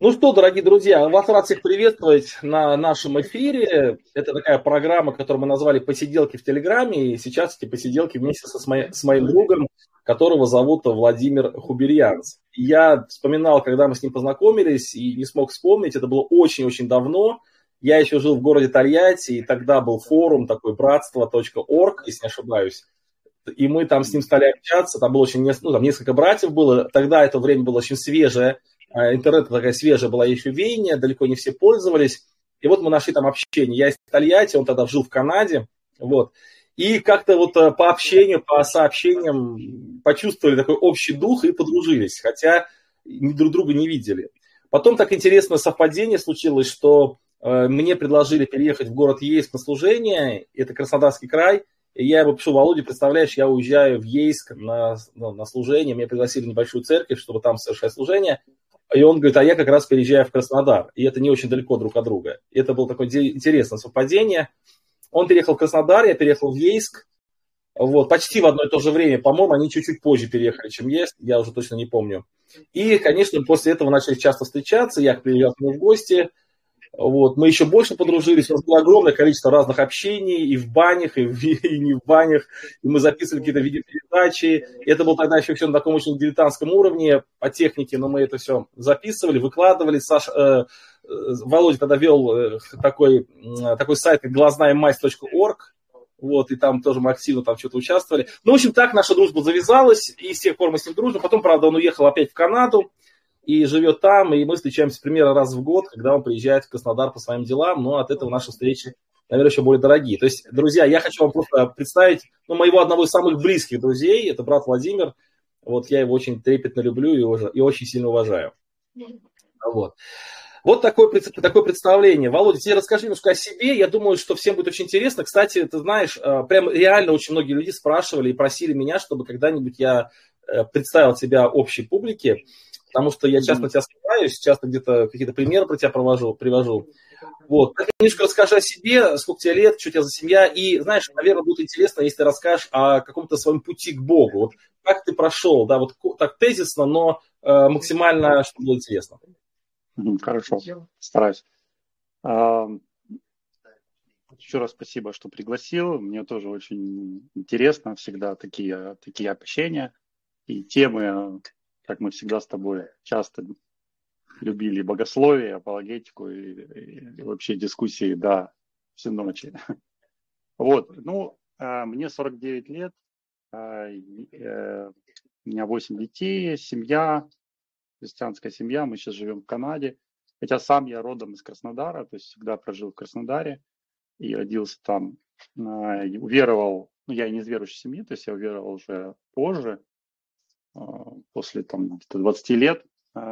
Ну что, дорогие друзья, вас рад всех приветствовать на нашем эфире. Это такая программа, которую мы назвали «Посиделки в Телеграме». И сейчас эти посиделки вместе с моим другом, которого зовут Владимир Хуберьянц. Я вспоминал, когда мы с ним познакомились, и не смог вспомнить. Это было очень-очень давно. Я еще жил в городе Тольятти, и тогда был форум такой братство.орг, если не ошибаюсь. И мы там с ним стали общаться, там было там несколько братьев было, тогда это время было очень свежее, интернет такая свежая была еще веяние, далеко не все пользовались. И вот мы нашли там общение. Я из Тольятти, он тогда жил в Канаде, вот. И как-то вот по общению, по сообщениям почувствовали такой общий дух и подружились, хотя друг друга не видели. Потом так интересное совпадение случилось, что мне предложили переехать в город Ейск на служение, это Краснодарский край. И я ему пишу: Володя, представляешь, я уезжаю в Ейск на служение, меня пригласили в небольшую церковь, чтобы там совершать служение. И он говорит: а я как раз переезжаю в Краснодар. И это не очень далеко друг от друга. И это было такое интересное совпадение. Он переехал в Краснодар, я переехал в Ейск. Вот, почти в одно и то же время, по-моему, они чуть-чуть позже переехали, чем Ейск, я уже точно не помню. И, конечно, после этого начали часто встречаться, я приезжал к нему в гости. Вот. Мы еще больше подружились, у нас было огромное количество разных общений и в банях, и не в банях, и мы записывали какие-то видеопередачи. И это было тогда еще все на таком очень дилетантском уровне по технике, но мы это все записывали, выкладывали. Володя тогда вел такой сайт, как глазнаемасть.орг, вот, и там тоже мы активно там что-то участвовали. Ну, в общем, так наша дружба завязалась, и с тех пор мы с ним дружим. Потом, правда, он уехал опять в Канаду и живет там, и мы встречаемся примерно раз в год, когда он приезжает в Краснодар по своим делам, но от этого наши встречи, наверное, еще более дорогие. То есть, друзья, я хочу вам просто представить моего одного из самых близких друзей, это брат Владимир. Вот я его очень трепетно люблю и очень сильно уважаю. Вот такое представление. Володя, тебе расскажи немножко о себе. Я думаю, что всем будет очень интересно. Кстати, ты знаешь, прям реально очень многие люди спрашивали и просили меня, чтобы когда-нибудь я представил тебя общей публике, потому что я часто на тебя ссылаюсь, часто где-то какие-то примеры про тебя привожу. Вот. Немножко расскажи о себе, сколько тебе лет, что у тебя за семья. И, знаешь, наверное, будет интересно, если ты расскажешь о каком-то своем пути к Богу. Вот как ты прошел, да, вот так тезисно, но максимально, чтобы было интересно. Хорошо, стараюсь. Еще раз спасибо, что пригласил. Мне тоже очень интересно всегда такие общения и темы, как мы всегда с тобой часто любили богословие, апологетику и вообще дискуссии до всей ночи. Вот, мне 49 лет, у меня 8 детей, семья, христианская семья, мы сейчас живем в Канаде. Хотя сам я родом из Краснодара, то есть всегда прожил в Краснодаре и родился там. Уверовал, я не из верующей семьи, то есть я уверовал уже позже, после где-то 20 лет.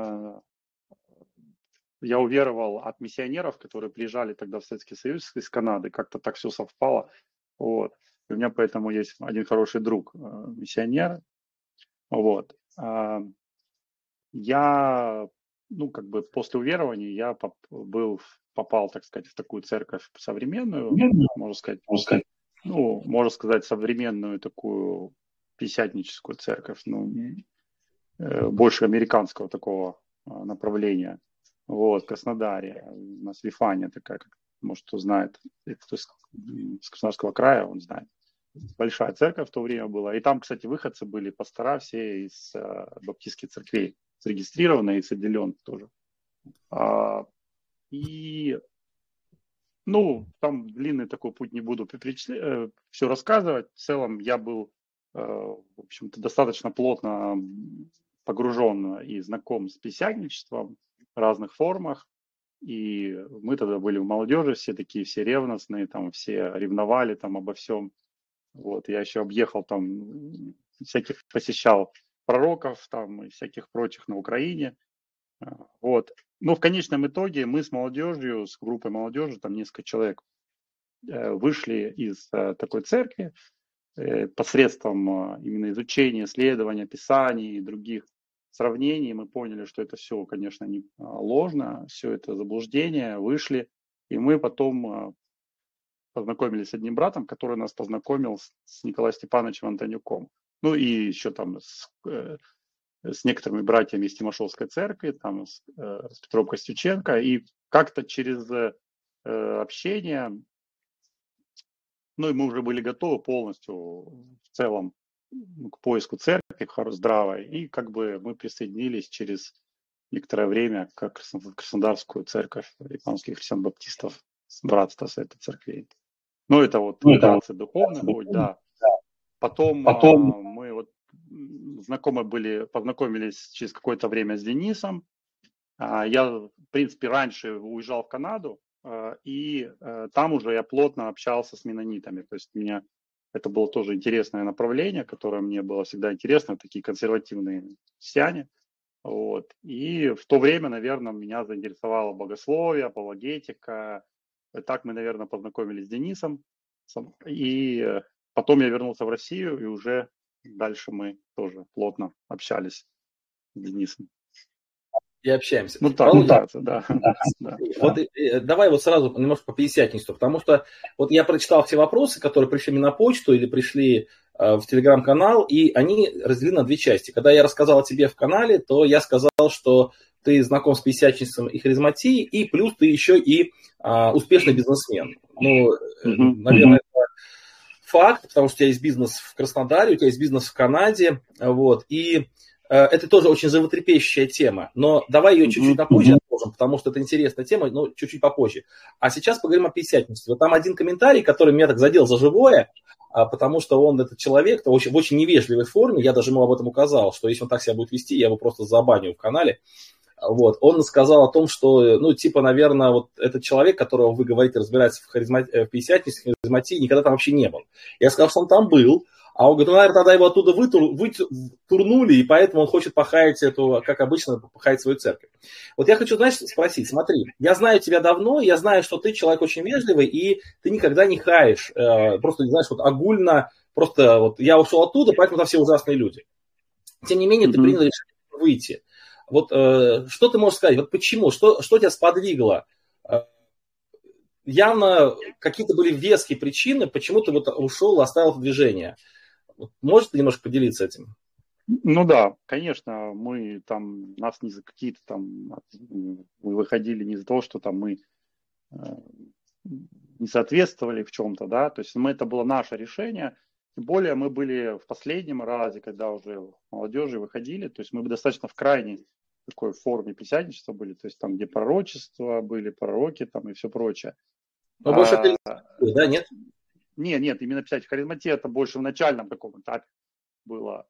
Я уверовал от миссионеров, которые приезжали тогда в Советский Союз из Канады. Как-то так все совпало. Вот. И у меня поэтому есть один хороший друг, миссионер. Вот. Я, после уверования я попал, так сказать, в такую церковь современную, можно сказать, современную такую пятидесятническую церковь, больше американского такого направления. Вот, в Краснодаре, у нас Вифания такая, как, может, кто знает, кто из Краснодарского края, он знает. Большая церковь в то время была. И там, кстати, выходцы были, пастора все из баптистских церквей, зарегистрированные и с отделенных тоже. Там длинный такой путь, не буду все рассказывать. В целом я был, в общем-то, достаточно плотно погружен и знаком с пятидесятничеством в разных формах. И мы тогда были в молодежи, все такие, все ревностные, там все ревновали там обо всем. Вот, я еще объехал там, всяких посещал пророков там и всяких прочих на Украине. Вот. В конечном итоге мы с молодежью, с группой молодежи, там несколько человек, вышли из такой церкви посредством именно изучения, исследования, писаний и других сравнений. Мы поняли, что это все, конечно, не ложно, все это заблуждение, вышли. И мы потом познакомились с одним братом, который нас познакомил с Николаем Степановичем Антонюком. И еще там с некоторыми братьями из Тимошевской церкви, там с Петром Костюченко, и как-то через общение, ну и мы уже были готовы полностью в целом к поиску церкви здравой, и как бы мы присоединились через некоторое время как Краснодарскую церковь исламских христиан-баптистов, братство Святой Церкви. Ну, это вот вкратце духовный путь, да. Потом мы вот познакомились через какое-то время с Денисом. Я, в принципе, раньше уезжал в Канаду, и там уже я плотно общался с меннонитами. То есть мне это было тоже интересное направление, которое мне было всегда интересно, такие консервативные христиане. Вот. И в то время, наверное, меня заинтересовало богословие, апологетика. И так мы, наверное, познакомились с Денисом. И потом я вернулся в Россию, и уже дальше мы тоже плотно общались с Денисом. И общаемся. Ну так, вкратце, да. Вот давай вот сразу немножко по пятидесятничеству, потому что вот я прочитал все вопросы, которые пришли мне на почту или пришли в телеграм-канал, и они разделены на две части. Когда я рассказал о тебе в канале, то я сказал, что ты знаком с пятидесятничеством и харизматией, и плюс ты еще и успешный бизнесмен. Ну, наверное, это факт, потому что у тебя есть бизнес в Краснодаре, у тебя есть бизнес в Канаде, вот, и это тоже очень животрепещущая тема, но давай ее чуть-чуть попозже отложим, потому что это интересная тема, но чуть-чуть попозже. А сейчас поговорим о пятидесятничестве. Вот там один комментарий, который меня так задел за живое, потому что он, этот человек, в очень невежливой форме, я даже ему об этом указал, что если он так себя будет вести, я его просто забаню в канале. Вот. Он сказал о том, что, ну, типа, наверное, вот этот человек, которого вы говорите, разбирается в пятидесятничестве, харизматии, никогда там вообще не был. Я сказал, что он там был, а он говорит, ну, наверное, тогда его оттуда вытурнули, и поэтому он хочет пахать эту, как обычно, пахать свою церковь. Вот я хочу, знаешь, спросить, смотри, я знаю тебя давно, я знаю, что ты человек очень вежливый, и ты никогда не хаешь, просто, знаешь, вот огульно, просто вот я ушел оттуда, поэтому там все ужасные люди. Тем не менее, ты принял решение выйти. Вот что ты можешь сказать, вот почему, что тебя сподвигло? Явно какие-то были веские причины, почему ты вот ушел, оставил это движение. Можешь ты немножко поделиться этим? Ну да, конечно, мы там, нас не за какие-то там, мы выходили не из-за того, что там мы не соответствовали в чем-то, да, то есть это было наше решение. Тем более мы были в последнем разе, когда уже в молодежи выходили, то есть мы достаточно в крайней такой форме пятидесятничества были, то есть там, где пророчества были, пророки там и все прочее. Но больше да, нет? Нет, именно писать харизматия это больше в начальном таком этапе было.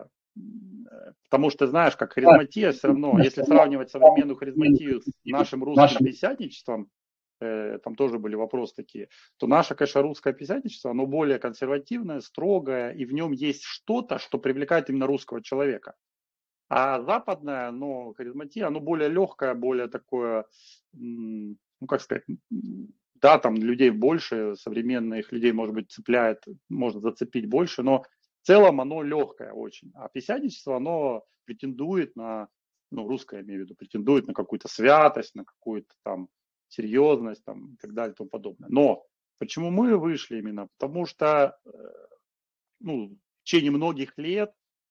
Потому что, знаешь, как харизматия все равно, если сравнивать современную харизматию с нашим русским пятидесятничеством, там тоже были вопросы такие, то наше, конечно, русское пятидесятничество, оно более консервативное, строгое, и в нем есть что-то, что привлекает именно русского человека. А западное, но харизматия, оно более легкое, более такое, ну как сказать, да, там людей больше, современных людей, может быть, цепляет, может зацепить больше, но в целом оно легкое очень. А пятидесятничество, оно претендует на, ну, русское, я имею в виду, претендует на какую-то святость, на какую-то там серьезность там, и так далее и тому подобное. Но почему мы вышли именно? Потому что, ну, в течение многих лет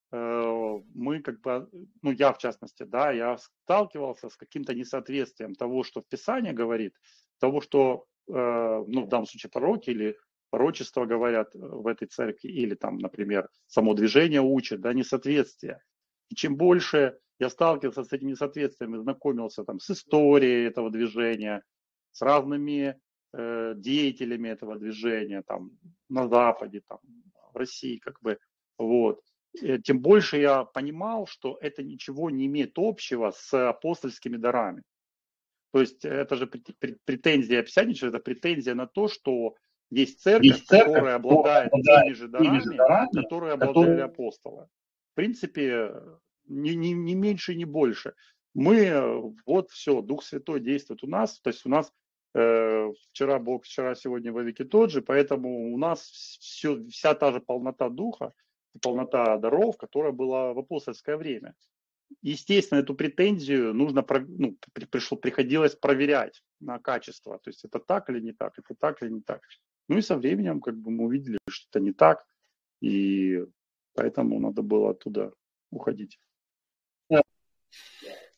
мы как бы, ну я в частности, да, я сталкивался с каким-то несоответствием того, что в Писании говорит, того, что, ну в данном случае пророки или пророчества говорят в этой церкви, или там, например, само движение учит, да, несоответствие. И чем больше я сталкивался с этим несоответствием и знакомился там с историей этого движения, с разными деятелями этого движения, там на Западе, там в России, как бы, вот, тем больше я понимал, что это ничего не имеет общего с апостольскими дарами. То есть это же претензия пятидесятничества, это претензия на то, что есть церковь, которая обладает теми же дарами, которые обладали апостолы. В принципе, не меньше, не больше. Мы, вот все, Дух Святой действует у нас, то есть у нас вчера Бог, вчера, сегодня во веки тот же, поэтому у нас вся та же полнота Духа, полнота даров, которая была в апостольское время. Естественно, эту претензию нужно, ну, приходилось проверять на качество. То есть это так или не так, это так или не так. Ну и со временем как бы мы увидели, что это не так, и поэтому надо было оттуда уходить.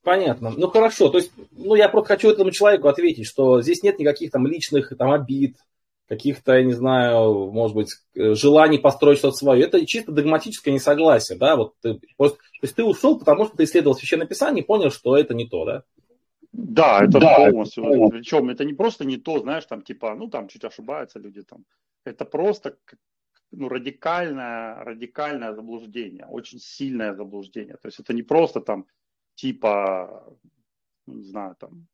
Понятно. Ну хорошо, то есть, ну я просто хочу этому человеку ответить, что здесь нет никаких там личных там обид, каких-то, я не знаю, может быть, желаний построить что-то свое. Это чисто догматическое несогласие, да, вот ты просто, то есть ты ушел, потому что ты исследовал Священное Писание и понял, что это не то, да? Да, это Да. полностью. Причем это не просто не то, знаешь, там типа, ну там чуть ошибаются люди там. Это просто ну, радикальное заблуждение, очень сильное заблуждение. То есть это не просто там типа, ну, не знаю, там,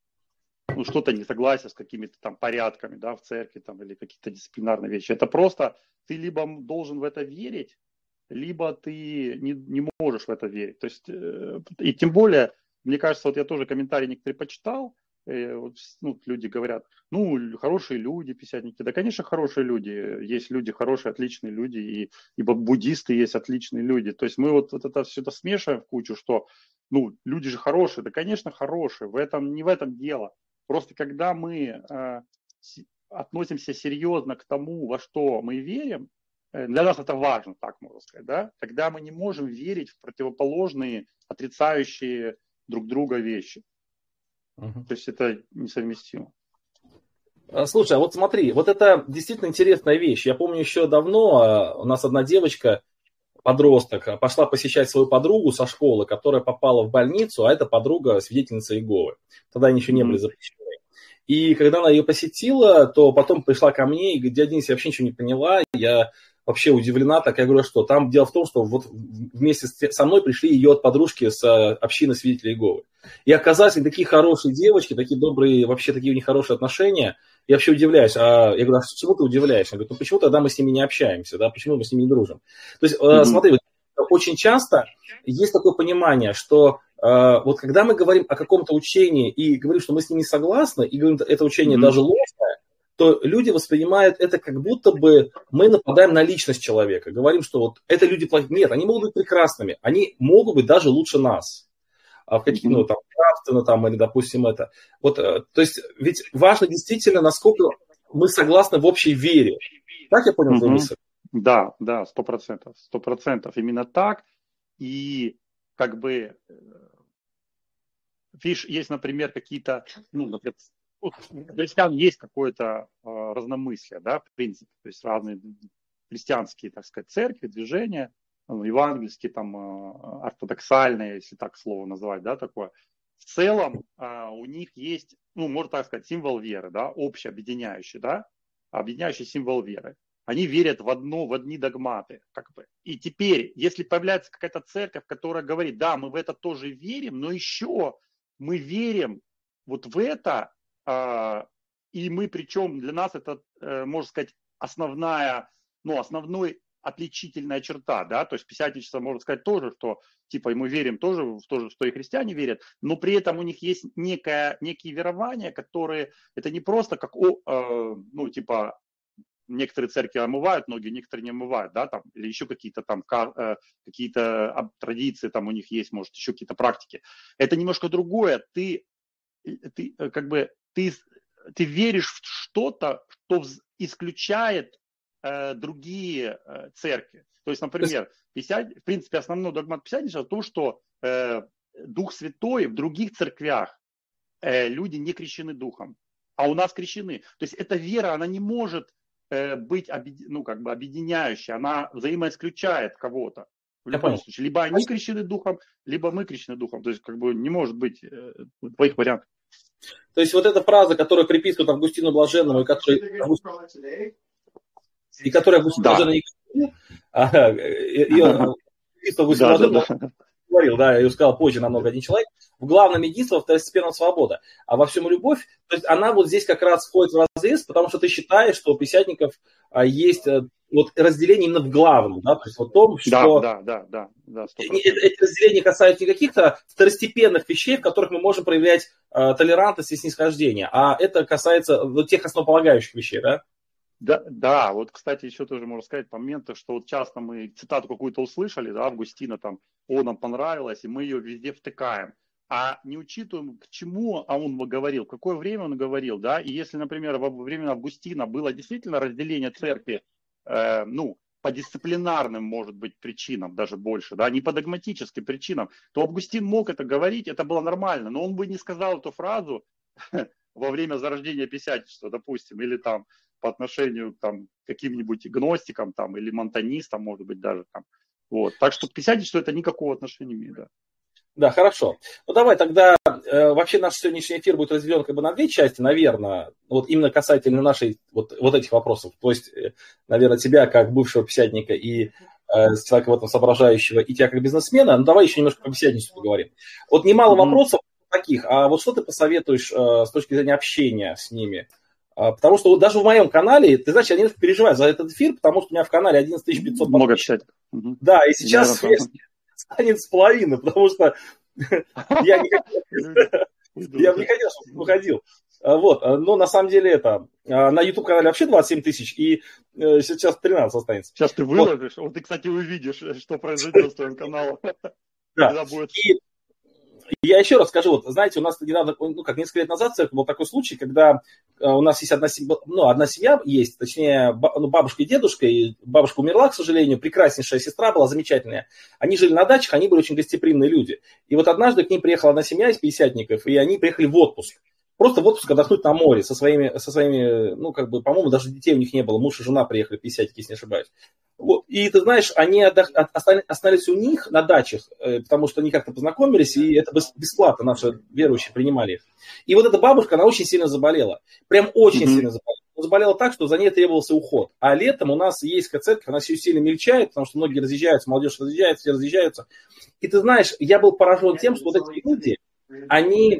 ну, что-то не согласие с какими-то там порядками, да, в церкви там или какие-то дисциплинарные вещи. Это просто ты либо должен в это верить, либо ты не можешь в это верить. То есть, и тем более, мне кажется, вот я тоже комментарии некоторые почитал, вот, ну, люди говорят, ну, хорошие люди, писятники. Да, конечно, хорошие люди. Есть люди хорошие, отличные люди, и буддисты есть отличные люди. То есть мы вот это все это смешиваем в кучу, что, ну, люди же хорошие. Да, конечно, хорошие. Не в этом дело. Просто когда мы относимся серьезно к тому, во что мы верим, для нас это важно, так можно сказать, да? Тогда мы не можем верить в противоположные, отрицающие друг друга вещи. То есть это несовместимо. Слушай, а вот смотри, вот это действительно интересная вещь. Я помню еще давно у нас одна девочка, подросток, пошла посещать свою подругу со школы, которая попала в больницу, а эта подруга свидетельница Иеговы. Тогда они еще не были запрещены. И когда она ее посетила, то потом пришла ко мне и говорит: дядя Денис, я вообще ничего не поняла, я вообще удивлена. Так я говорю, что там дело в том, что вот вместе со мной пришли ее подружки с общины свидетелей Иеговы. И оказались такие хорошие девочки, такие добрые, вообще такие у них хорошие отношения. Я вообще удивляюсь. Я говорю, а чему ты удивляешься? Она говорит, ну почему тогда мы с ними не общаемся, да? Почему мы с ними не дружим? То есть, смотри, вот, очень часто есть такое понимание, что вот когда мы говорим о каком-то учении и говорим, что мы с ним не согласны, и говорим, что это учение даже ложное, то люди воспринимают это как будто бы мы нападаем на личность человека. Говорим, что вот это люди плохие. Нет, они могут быть прекрасными, они могут быть даже лучше нас. В каких, ну, там, нравственно, там, или, допустим, это. Вот, то есть, ведь важно действительно, насколько мы согласны в общей вере. Так я понял твою мысль? Да, 100%. 100%. Именно так. И как бы, видишь, есть, например, какие-то, ну, например, у христиан есть какое-то разномыслие, да, в принципе. То есть разные христианские, так сказать, церкви, движения, евангельские, там, ортодоксальные, если так слово назвать, да, такое. В целом у них есть, ну, можно так сказать, символ веры, да, общий, объединяющий, да, объединяющий символ веры. Они верят в одни догматы. Как бы. И теперь, если появляется какая-то церковь, которая говорит, да, мы в это тоже верим, но еще мы верим вот в это, и мы, причем для нас это, можно сказать, основной отличительная черта, да, то есть писательство, можно сказать, тоже, что типа мы верим тоже в то, что и христиане верят, но при этом у них есть некие верования, которые, это не просто как, ну, типа, некоторые церкви омывают ноги, некоторые не омывают, да, там, или еще какие-то там, какие-то традиции там у них есть, может, еще какие-то практики. Это немножко другое, ты веришь в что-то, что исключает другие церкви. То есть, например, в принципе, основной догмат писательства в том, что Дух Святой в других церквях люди не крещены Духом, а у нас крещены. То есть эта вера, она не может быть объединяющей, она взаимоисключает кого-то. В любом случае, либо они крещены Духом, либо мы крещены Духом. То есть как бы не может быть двоих вариантов. То есть вот эта фраза, которую приписывают Августину Блаженному, и которая Августин Блаженный говорил, да, я ее сказал позже намного один человек, в главном единство, второстепенно свобода, а во всем любовь. То есть она вот здесь как раз входит в разрез, потому что ты считаешь, что у писятников есть вот разделение именно в главном, да, то есть вот том, что эти разделения касаются не каких-то второстепенных вещей, в которых мы можем проявлять толерантность и снисхождение, а это касается вот тех основополагающих вещей, да? Да, вот, кстати, еще тоже можно сказать моменты, что вот часто мы цитату какую-то услышали, да, Августина там, нам понравилось, и мы ее везде втыкаем, а не учитываем, к чему он говорил, в какое время он говорил, да, и если, например, во время Августина было действительно разделение церкви, по дисциплинарным, может быть, причинам даже больше, да, не по догматическим причинам, то Августин мог это говорить, это было нормально, но он бы не сказал эту фразу во время зарождения писательства, допустим, или там по отношению там, к каким-нибудь гностикам там, или монтанистам, может быть, даже там. Вот. Так что к писательству это никакого отношения не имеет. Да. Да, хорошо. Ну давай тогда вообще наш сегодняшний эфир будет разделен как бы на две части, наверное, вот именно касательно нашей вот этих вопросов. То есть, наверное, тебя как бывшего писятника и человека в этом соображающего, и тебя как бизнесмена. Ну давай еще немножко по писательству поговорим. Вот немало вопросов таких, а вот что ты посоветуешь с точки зрения общения с ними? Потому что вот даже в моем канале, ты знаешь, я немножко переживаю за этот эфир, потому что у меня в канале 11 500 много писателей. Да, и сейчас станет с половины, потому что я не хотел, чтобы он выходил. Вот, но на самом деле это, на YouTube-канале вообще 27 тысяч, и сейчас 13 останется. Сейчас ты выложишь, вот ты, кстати, увидишь, что произойдет с твоим каналом. Да, и я еще раз скажу, вот, знаете, у нас недавно, как несколько лет назад в церкви был такой случай, когда у нас есть одна семья есть, точнее, бабушка и дедушка, и бабушка умерла, к сожалению, прекраснейшая сестра была, замечательная. Они жили на дачах, они были очень гостеприимные люди. И вот однажды к ним приехала одна семья из пятидесятников, и они приехали в отпуск. Просто в отпуск отдохнуть на море со своими, по-моему, даже детей у них не было. Муж и жена приехали, пятидесятники, если не ошибаюсь. Вот. И ты знаешь, они остались у них на дачах, потому что они как-то познакомились, и это бесплатно наши верующие принимали их. И вот эта бабушка, она очень сильно заболела. Прям очень сильно заболела. Заболела так, что за ней требовался уход. А летом у нас Ейская церковь, она все сильно мельчает, потому что многие разъезжаются, молодежь разъезжается, все разъезжаются. И ты знаешь, я был поражен тем, что вот эти люди, они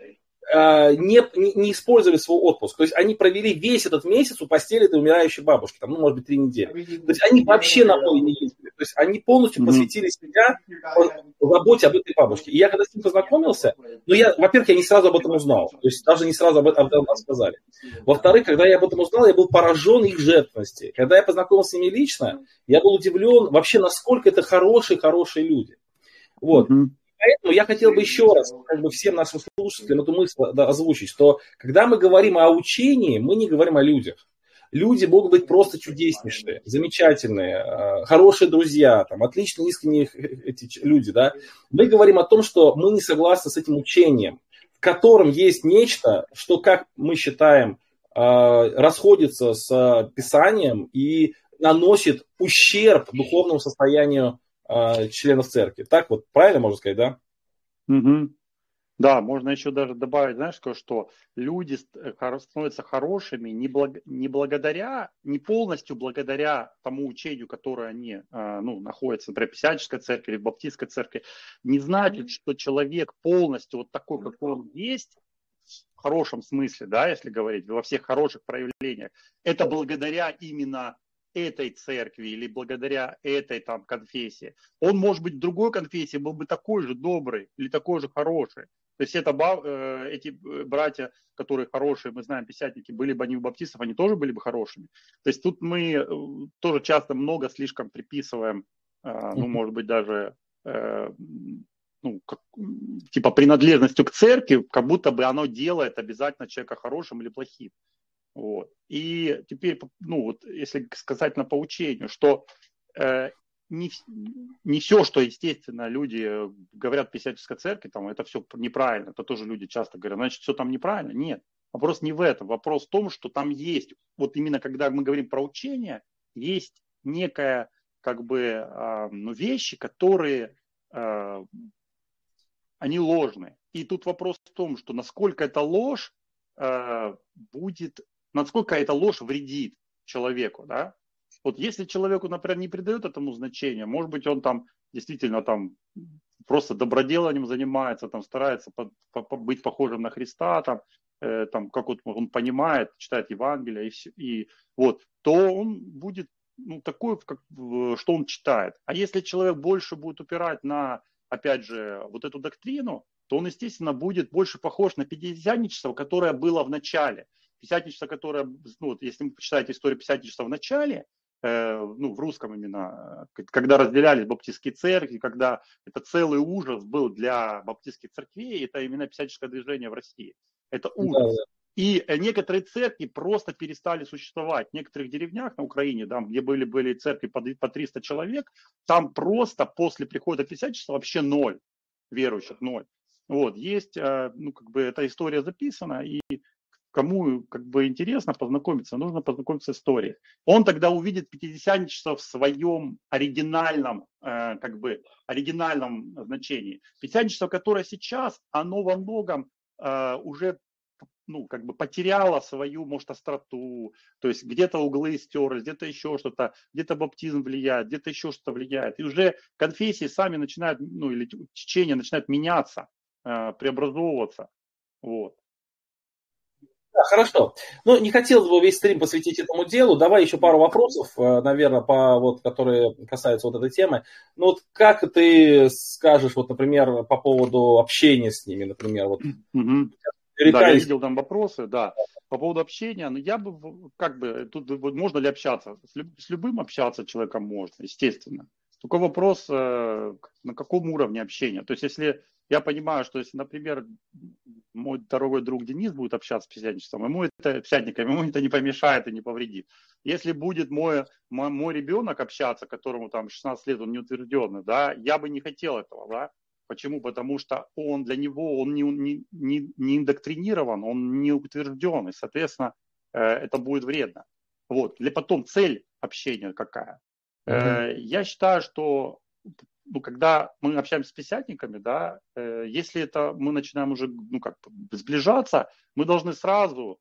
не использовали свой отпуск. То есть они провели весь этот месяц у постели этой умирающей бабушки, там, может быть, 3 недели. То есть они вообще на море не ездили. То есть они полностью посвятили себя заботе об этой бабушке. И я когда с ним познакомился, во-первых, я не сразу об этом узнал. То есть даже не сразу об этом сказали. Во-вторых, когда я об этом узнал, я был поражен их жертвенности. Когда я познакомился с ними лично, я был удивлен вообще, насколько это хорошие люди. Вот. Поэтому я хотел бы еще раз всем нашим слушателям эту мысль озвучить, что когда мы говорим о учении, мы не говорим о людях. Люди могут быть просто чудеснейшие, замечательные, хорошие друзья, там, отлично искренние эти люди. Да? Мы говорим о том, что мы не согласны с этим учением, в котором есть нечто, что, как мы считаем, расходится с Писанием и наносит ущерб духовному состоянию членов церкви. Так вот, правильно можно сказать, да? Да, можно еще даже добавить, знаешь, что люди становятся хорошими не полностью благодаря тому учению, которое они находятся, например, в писательской церкви или в баптистской церкви. Не значит, что человек полностью вот такой, какой он есть, в хорошем смысле, да, если говорить, во всех хороших проявлениях, это благодаря именно этой церкви или благодаря этой там конфессии. Он, может быть, в другой конфессии был бы такой же добрый или такой же хороший. То есть эти братья, которые хорошие, мы знаем, пятидесятники, были бы они у баптистов, они тоже были бы хорошими. То есть тут мы тоже часто много слишком приписываем, может быть, даже типа принадлежностью к церкви, как будто бы оно делает обязательно человека хорошим или плохим. Вот. И теперь, если сказать на поучению, что не все, что, естественно, люди говорят в писательской церкви, там, это все неправильно, это тоже люди часто говорят, значит, все там неправильно. Нет, вопрос не в этом, вопрос в том, что там есть, вот именно когда мы говорим про учение, есть некая, вещи, которые, они ложные. И тут вопрос в том, что насколько эта ложь насколько эта ложь вредит человеку, да? Вот если человеку, например, не придает этому значения, может быть, он там действительно там просто доброделанием занимается, там старается быть похожим на Христа, там как вот он понимает, читает Евангелие то он будет такой, что он читает. А если человек больше будет упирать на, опять же, вот эту доктрину, то он, естественно, будет больше похож на пятидесятничество, которое было в начале. Пятидесятничество, которое, если вы почитаете историю пятидесятничества в начале, в русском именно, когда разделялись баптистские церкви, когда это целый ужас был для баптистских церквей, это именно пятидесятническое движение в России. Это ужас. И некоторые церкви просто перестали существовать. В некоторых деревнях на Украине, да, где были церкви по 300 человек, там просто после прихода крестьянства вообще ноль верующих, ноль. Вот, есть, ну, как бы эта история записана, и кому как бы интересно познакомиться, нужно познакомиться с историей. Он тогда увидит пятидесятничество в своем оригинальном, как бы, оригинальном значении. Пятидесятничество, которое сейчас, оно во многом уже, ну, как бы потеряло свою, может, остроту, то есть где-то углы стерлись, где-то еще что-то, где-то баптизм влияет, где-то еще что-то влияет. И уже конфессии сами начинают, ну, или течения начинают меняться, преобразовываться. Вот. Да, хорошо. Ну, не хотелось бы весь стрим посвятить этому делу. Давай еще пару вопросов, наверное, которые касаются вот этой темы. Ну, вот как ты скажешь, вот, например, по поводу общения с ними, например, вот. Да, я видел там вопросы, да. По поводу общения, ну, я бы, как бы, тут можно ли общаться? С любым общаться человеком можно, естественно. Только вопрос, на каком уровне общения. То есть, если я понимаю, что если, например, мой дорогой друг Денис будет общаться с пятидесятником, ему это не помешает и не повредит. Если будет мой ребенок общаться, которому там 16 лет, он не утвержденный, да, я бы не хотел этого, да. Почему? Потому что для него он не индоктринирован, он не утвержден, и, соответственно, это будет вредно. Вот. Или потом цель общения какая? Я считаю, что когда мы общаемся с пятидесятниками, да, если это мы начинаем уже сближаться, мы должны сразу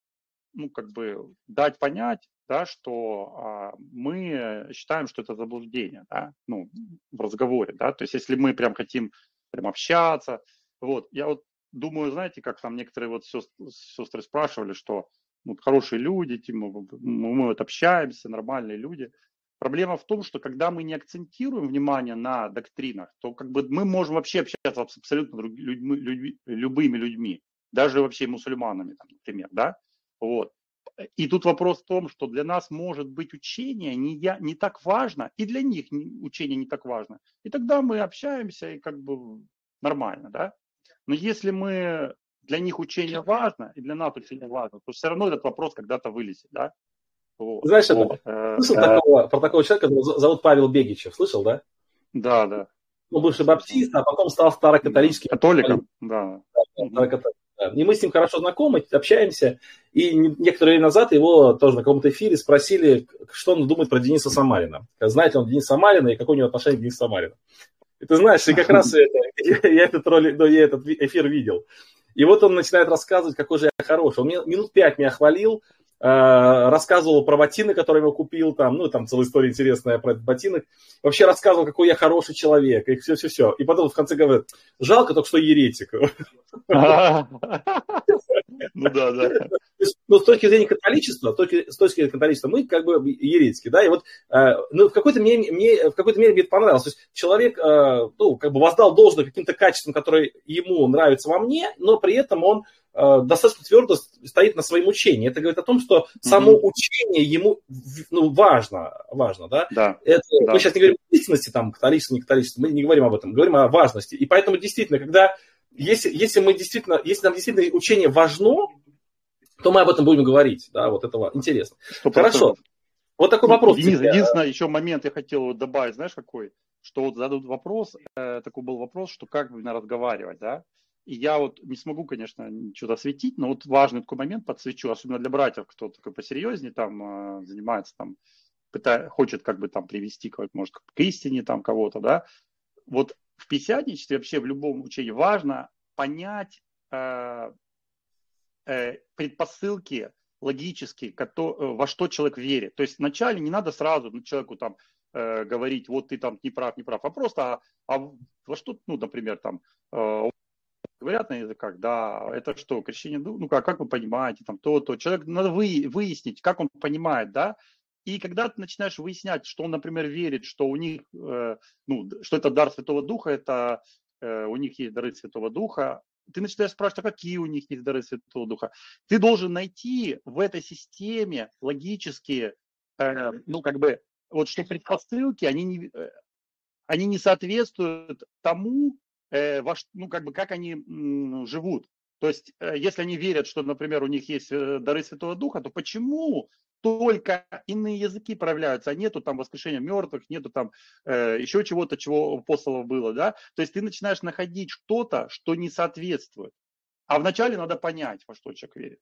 дать понять, да, что мы считаем, что это заблуждение, да, в разговоре, да, то есть если мы прям хотим общаться, вот, я вот думаю, знаете, как там некоторые вот сестры спрашивали, что хорошие люди, мы вот общаемся, нормальные люди. Проблема в том, что когда мы не акцентируем внимание на доктринах, то мы можем вообще общаться с абсолютно любыми людьми, даже вообще мусульманами, там, например, да, вот. И тут вопрос в том, что для нас может быть учение не так важно, и для них учение не так важно. И тогда мы общаемся, и нормально, да. Но если для них учение важно, и для нас учение важно, то все равно этот вопрос когда-то вылезет, да. Вот. Знаешь, слышал про такого человека, которого зовут Павел Бегичев, слышал, да? Да, да. Он бывший баптист, а потом стал старокатолическим. Католиком, да. И мы с ним хорошо знакомы, общаемся. И некоторое время назад его тоже на каком-то эфире спросили, что он думает про Дениса Самарина. Знает ли он Дениса Самарина и какое у него отношение к Денису Самарину. И ты знаешь, и как раз я этот эфир видел. И вот он начинает рассказывать, какой же я хороший. Он минут 5 меня хвалил, рассказывал про ботинок, который я купил, там целая история интересная про этот ботинок. Вообще рассказывал, какой я хороший человек, и все. И потом в конце говорит, жалко только, что еретик. Ну да. Но с точки зрения католичества, мы как бы еретики, да, и вот в какой-то мере мне это понравилось. То есть человек, воздал должное каким-то качествам, которые ему нравятся во мне, но при этом он достаточно твердо стоит на своем учении. Это говорит о том, что само учение ему важно, да. Мы сейчас не говорим о истинности, там, католичество, не католичество, мы не говорим об этом, говорим о важности. И поэтому действительно, если нам действительно учение важно, то мы об этом будем говорить, да, вот этого интересно. 100%. Хорошо. Вот такой вопрос. Денис, единственное, еще момент я хотел добавить, знаешь, какой? Что вот задают вопрос, такой был вопрос, что как именно разговаривать, да? И я вот не смогу, конечно, ничего осветить, но вот важный такой момент подсвечу, особенно для братьев, кто такой посерьезнее там занимается, там, хочет привести кого-то, может, к истине там кого-то, да? Вот в пятидесятничестве, вообще в любом учении важно понять предпосылки логические, во что человек верит. То есть вначале не надо сразу человеку там говорить, вот ты там не прав, а просто во что, например, там говорят на языках, да, это что, крещение, как вы понимаете, там то. Человек надо выяснить, как он понимает, да. И когда ты начинаешь выяснять, что он, например, верит, что у них, что это дар Святого Духа, это у них есть дары Святого Духа, ты начинаешь спрашивать, а какие у них есть дары Святого Духа. Ты должен найти в этой системе логические, что предпосылки, они не соответствуют тому, как они живут. То есть, если они верят, что, например, у них есть дары Святого Духа, то почему только иные языки проявляются, а нету там воскрешения мертвых, нету там еще чего-то, чего у апостолов было, да? То есть ты начинаешь находить что-то, что не соответствует. А вначале надо понять, во что человек верит.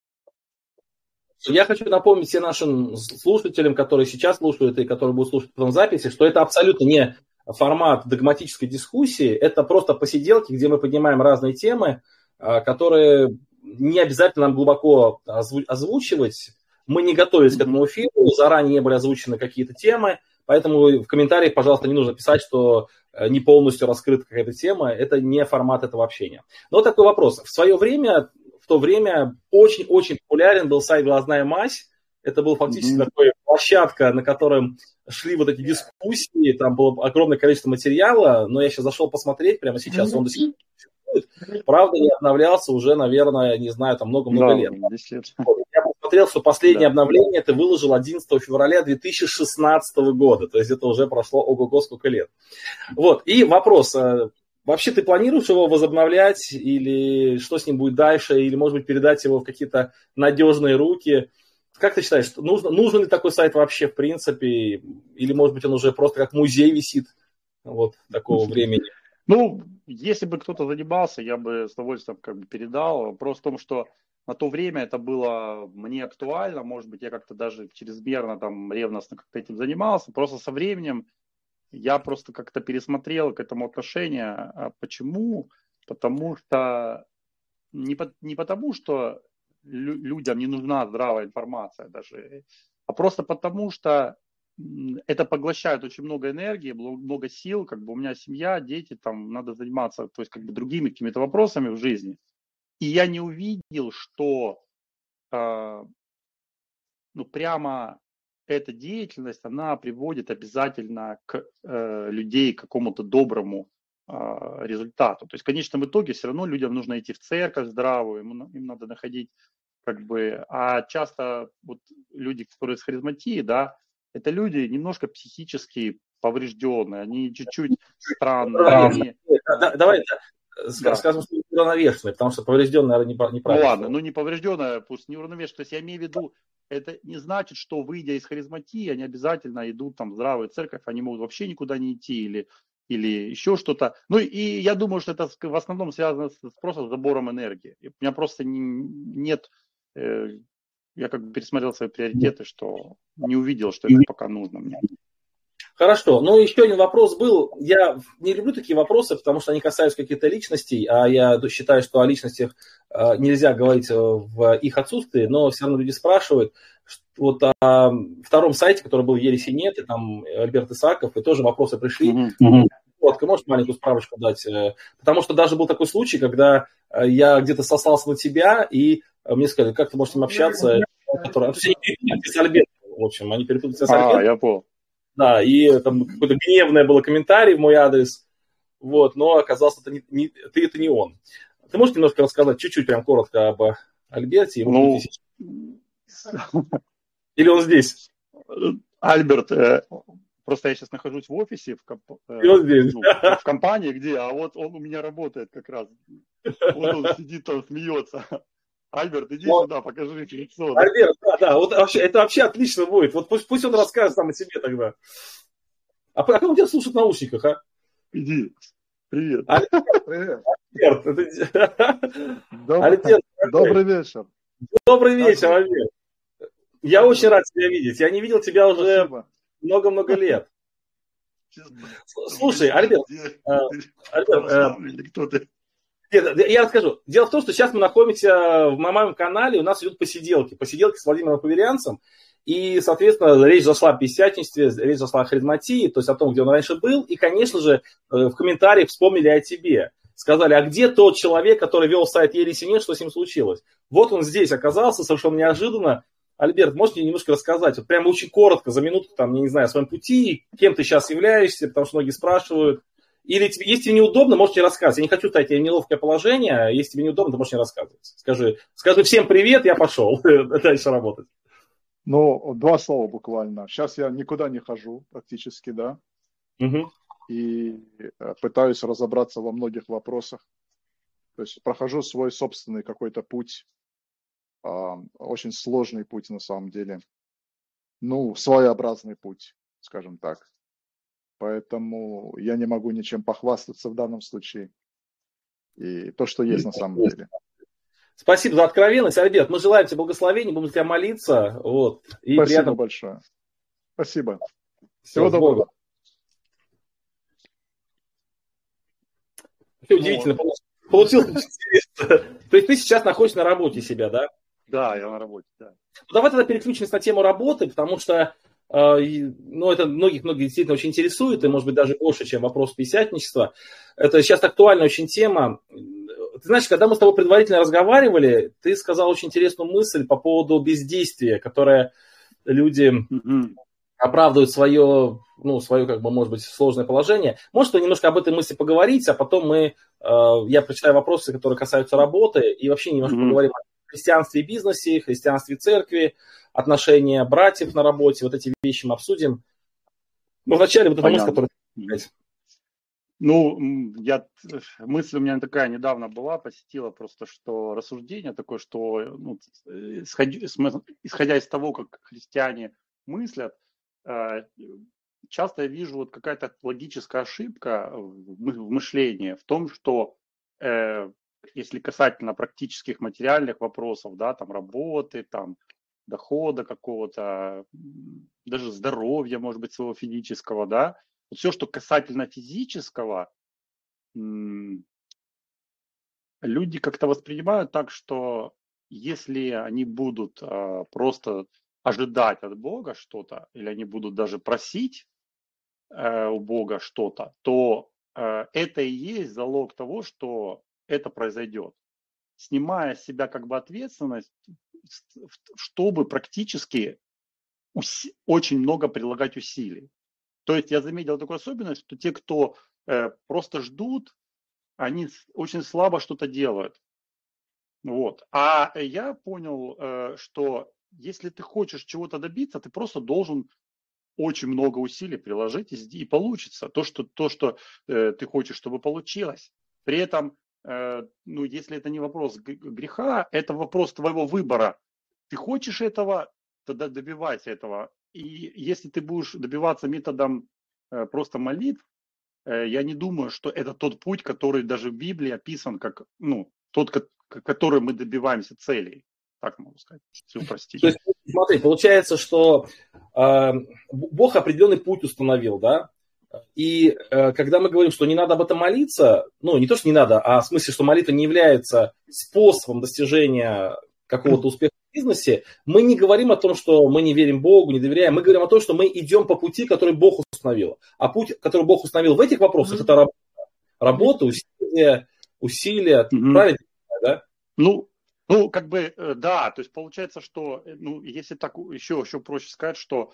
Я хочу напомнить всем нашим слушателям, которые сейчас слушают и которые будут слушать потом записи, что это абсолютно не формат догматической дискуссии, это просто посиделки, где мы поднимаем разные темы, которые не обязательно нам глубоко озвучивать. Мы не готовились к этому эфиру, заранее не были озвучены какие-то темы, поэтому в комментариях, пожалуйста, не нужно писать, что не полностью раскрыта какая-то тема. Это не формат этого общения. Но вот такой вопрос. В то время очень-очень популярен был сайт «Глазная мазь». Это был фактически такая площадка, на котором шли вот эти дискуссии, там было огромное количество материала, но я сейчас зашел посмотреть, прямо сейчас он до сих пор существует. Правда, не обновлялся уже, наверное, не знаю, там много-много лет. 10 лет. Я посмотрел, что последнее обновление ты выложил 11 февраля 2016 года, то есть это уже прошло ого-го сколько лет. Вот, и вопрос, вообще ты планируешь его возобновлять, или что с ним будет дальше, или, может быть, передать его в какие-то надежные руки? Как ты считаешь, нужен ли такой сайт вообще в принципе, или, может быть, он уже просто как музей висит вот такого времени? Ну, если бы кто-то занимался, я бы с удовольствием как бы передал. Вопрос в том, что на то время это было мне актуально, может быть, я как-то даже чрезмерно там ревностно как-то этим занимался. Просто со временем я просто как-то пересмотрел к этому отношение. А почему? Потому что не потому, что людям не нужна здравая информация даже, а просто потому, что это поглощает очень много энергии, много сил, как бы у меня семья, дети, там надо заниматься, то есть как бы другими какими-то вопросами в жизни. И я не увидел, что прямо эта деятельность, она приводит обязательно к людей к какому-то доброму результату. То есть в конечном итоге все равно людям нужно идти в церковь здравую, им надо находить как бы, а часто вот люди, которые с харизматией, да, это люди немножко психически поврежденные, они чуть-чуть странные. Давай скажем, что неуравновешенные, потому что поврежденные, наверное, неправильно. Ну ладно, не поврежденная, пусть неуравновешенная. То есть я имею в виду, это не значит, что выйдя из харизматии, они обязательно идут там в здравую церковь, они могут вообще никуда не идти или еще что-то. Ну и я думаю, что это в основном связано просто с забором энергии. У меня просто нет, я как бы пересмотрел свои приоритеты, что не увидел, что это пока нужно мне. Хорошо. Ну, еще один вопрос был. Я не люблю такие вопросы, потому что они касаются каких-то личностей, а я считаю, что о личностях нельзя говорить в их отсутствии, но все равно люди спрашивают. Вот о втором сайте, который был Ересинет, и там Альберт Исааков, и тоже вопросы пришли. Коротко, можешь маленькую справочку дать? Потому что даже был такой случай, когда я где-то сослался на тебя, и мне сказали, как ты можешь с ним общаться? Альберт, в общем, они перепутали с Альбертом. Я понял. Да, и там какое-то гневное было комментарий в мой адрес, вот, но оказалось, это не он. Ты можешь немножко рассказать, чуть-чуть, прям коротко об Альберте? Или он здесь? Альберт, просто я сейчас нахожусь в офисе, в компании, где, а вот он у меня работает как раз. Вот он сидит там, смеется. Альберт, иди сюда, покажи лицо. Альберт, да, вот это вообще отлично будет. Вот пусть он расскажет сам о себе тогда. А как он тебя слушает в наушниках, а? Иди. Привет. Привет. Альберт, добрый вечер. Добрый вечер, Альберт. Я очень рад тебя видеть. Я не видел тебя уже много-много лет. Слушай, Альберт, кто ты? Я расскажу. Дело в том, что сейчас мы находимся на моем канале, у нас идут посиделки с Владимиром Поверянцем, и, соответственно, речь зашла о пятидесятничестве, речь зашла о харизматии, то есть о том, где он раньше был, и, конечно же, в комментариях вспомнили о тебе. Сказали, а где тот человек, который вел сайт Ересинет, что с ним случилось? Вот он здесь оказался, совершенно неожиданно. Альберт, можете немножко рассказать, вот прямо очень коротко, за минутку, там, я не знаю, о своем пути, кем ты сейчас являешься, потому что многие спрашивают. Или если тебе неудобно, можете рассказывать. Я не хочу ставить тебя в неловкое положение. Если тебе неудобно, то можешь не рассказывать. Скажи всем привет, я пошел дальше работать. Ну, 2 слова буквально. Сейчас я никуда не хожу практически, да. И пытаюсь разобраться во многих вопросах. То есть прохожу свой собственный какой-то путь, очень сложный путь на самом деле. Ну, своеобразный путь, скажем так. Поэтому я не могу ничем похвастаться в данном случае. И то, что есть на самом деле. Спасибо за откровенность, Альберт. Мы желаем тебе благословения, будем за тебя молиться. Вот. И спасибо приятно... большое. Спасибо. Всего доброго. Все удивительно. Получилось интересно. То есть ты сейчас находишься на работе себя, да? Да, я на работе, да. Ну, давай тогда переключимся на тему работы, потому что это многих действительно очень интересует, и, может быть, даже больше, чем вопрос пятидесятничества. Это сейчас актуальная очень тема. Ты знаешь, когда мы с тобой предварительно разговаривали, ты сказал очень интересную мысль по поводу бездействия, которое люди оправдывают свое, как бы, может быть, сложное положение. Может, немножко об этой мысли поговорить, а потом я прочитаю вопросы, которые касаются работы, и вообще немножко поговорим о христианстве и бизнесе, христианстве и церкви, отношения братьев на работе, вот эти вещи мы обсудим. Но вначале вот эта мысль, которая... мысль у меня такая недавно была, посетила просто, что рассуждение такое, что исходя из того, как христиане мыслят, часто я вижу вот какая-то логическая ошибка в мышлении, в том, что если касательно практических материальных вопросов, да, там работы, там дохода какого-то, даже здоровья, может быть, своего физического, да, вот все, что касательно физического, люди как-то воспринимают так, что если они будут просто ожидать от Бога что-то, или они будут даже просить у Бога что-то, то это и есть залог того, что это произойдет. Снимая с себя как бы ответственность, чтобы практически очень много прилагать усилий. То есть я заметил такую особенность, что те, кто просто ждут, они очень слабо что-то делают. Вот. А я понял, что если ты хочешь чего-то добиться, ты просто должен очень много усилий приложить, и получится то, что ты хочешь, чтобы получилось. При этом, если это не вопрос греха, это вопрос твоего выбора. Ты хочешь этого, тогда добивайся этого. И если ты будешь добиваться методом просто молитв, я не думаю, что это тот путь, который даже в Библии описан как тот, который мы добиваемся целей. Так могу сказать, если упростить. То есть, смотри, получается, что Бог определенный путь установил, да? И когда мы говорим, что не надо об этом молиться, не то, что не надо, а в смысле, что молитва не является способом достижения какого-то успеха в бизнесе, мы не говорим о том, что мы не верим Богу, не доверяем. Мы говорим о том, что мы идем по пути, который Бог установил. А путь, который Бог установил в этих вопросах, это работа, усилия, правильно, да? Да, то есть получается, что, если так еще проще сказать, что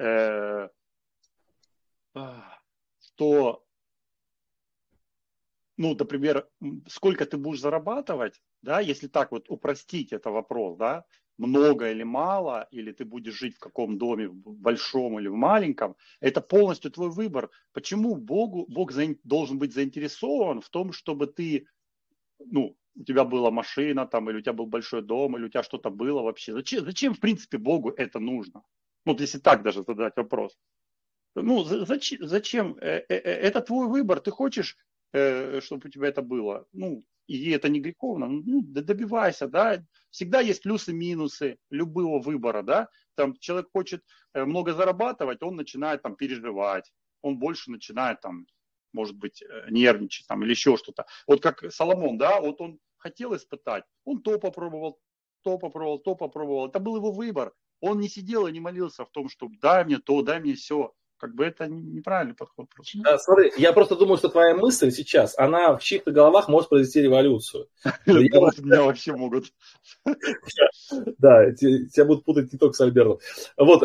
например, сколько ты будешь зарабатывать, да, если так вот упростить это вопрос, да, много или мало, или ты будешь жить в каком доме, в большом или в маленьком, это полностью твой выбор. Почему Бог должен быть заинтересован в том, чтобы ты, у тебя была машина, там, или у тебя был большой дом, или у тебя что-то было вообще? Зачем в принципе, Богу это нужно? Если так даже задать вопрос. Зачем? Это твой выбор. Ты хочешь, чтобы у тебя это было? И это не греховно. Добивайся, да. Всегда есть плюсы и минусы любого выбора, да. Там человек хочет много зарабатывать, он начинает там переживать, он больше начинает там, может быть, нервничать там или еще что-то. Вот как Соломон, да, вот он хотел испытать, он то попробовал. Это был его выбор. Он не сидел и не молился в том, что дай мне то, дай мне все. Как бы это неправильный подход просто. Смотри, я просто думаю, что твоя мысль сейчас, она в чьих-то головах может произвести революцию. Меня вообще могут. Да, тебя будут путать не только с Альбертом. Вот.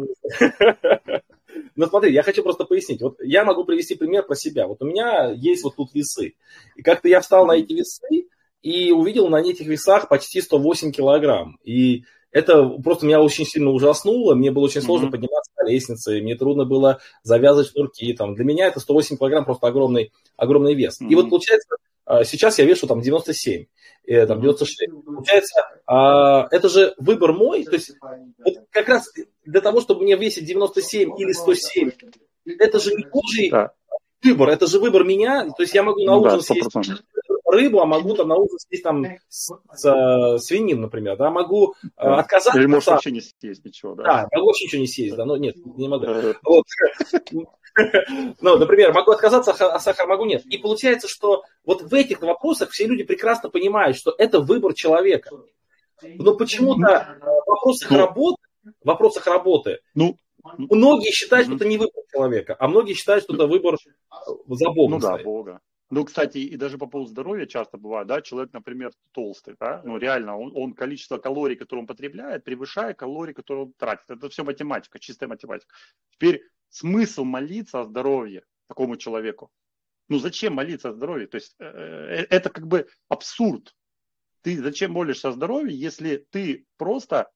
Но смотри, я хочу просто пояснить. Вот я могу привести пример про себя. Вот у меня есть вот тут весы. И как-то я встал на эти весы и увидел на этих весах почти 108 килограмм. И это просто меня очень сильно ужаснуло. Мне было очень сложно подниматься по лестнице. Мне трудно было завязывать шнурки. Для меня это 108 килограмм просто огромный вес. И вот получается, сейчас я вешу там 97, там 96. Получается, это же выбор мой, то есть вот как раз для того, чтобы мне весить 97 или 107, это же не Божий выбор, это же выбор меня, то есть я могу на ужин съесть рыбу, а могу там на ужин съесть там свинину, например, да, могу отказаться. Или можешь вообще не съесть ничего, да? Да, могу вообще ничего не съесть, да, но нет, не могу. Вот. Ну, например, могу отказаться от сахара, могу нет. И получается, что вот в этих вопросах все люди прекрасно понимают, что это выбор человека. Но почему-то в вопросах работы многие считают, что это не выбор человека, а многие считают, что это выбор за Богом. Ну да, Бога. Ну, кстати, и даже по поводу здоровья часто бывает, да, человек, например, толстый, да, ну, реально, он количество калорий, которые он потребляет, превышает калории, которые он тратит. Это все математика, чистая математика. Теперь смысл молиться о здоровье такому человеку? Ну, зачем молиться о здоровье? То есть, это как бы абсурд. Ты зачем молишься о здоровье, если ты просто,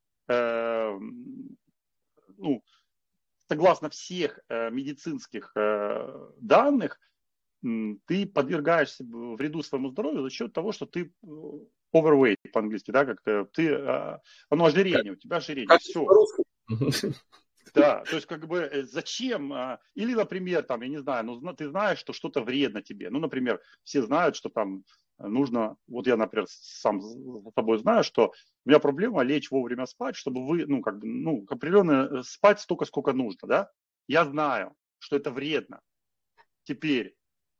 согласно всех медицинских данных, ты подвергаешься вреду своему здоровью за счет того, что ты overweight по-английски, да, как-то ты, оно ожирение, у тебя ожирение, все. Да, то есть как бы зачем, или, например, там, я не знаю, ну, ты знаешь, что что-то вредно тебе, ну, например, все знают, что там нужно, вот я, например, сам с тобой знаю, что у меня проблема лечь вовремя спать, чтобы вы, определенно спать столько, сколько нужно, да, я знаю, что это вредно. Теперь,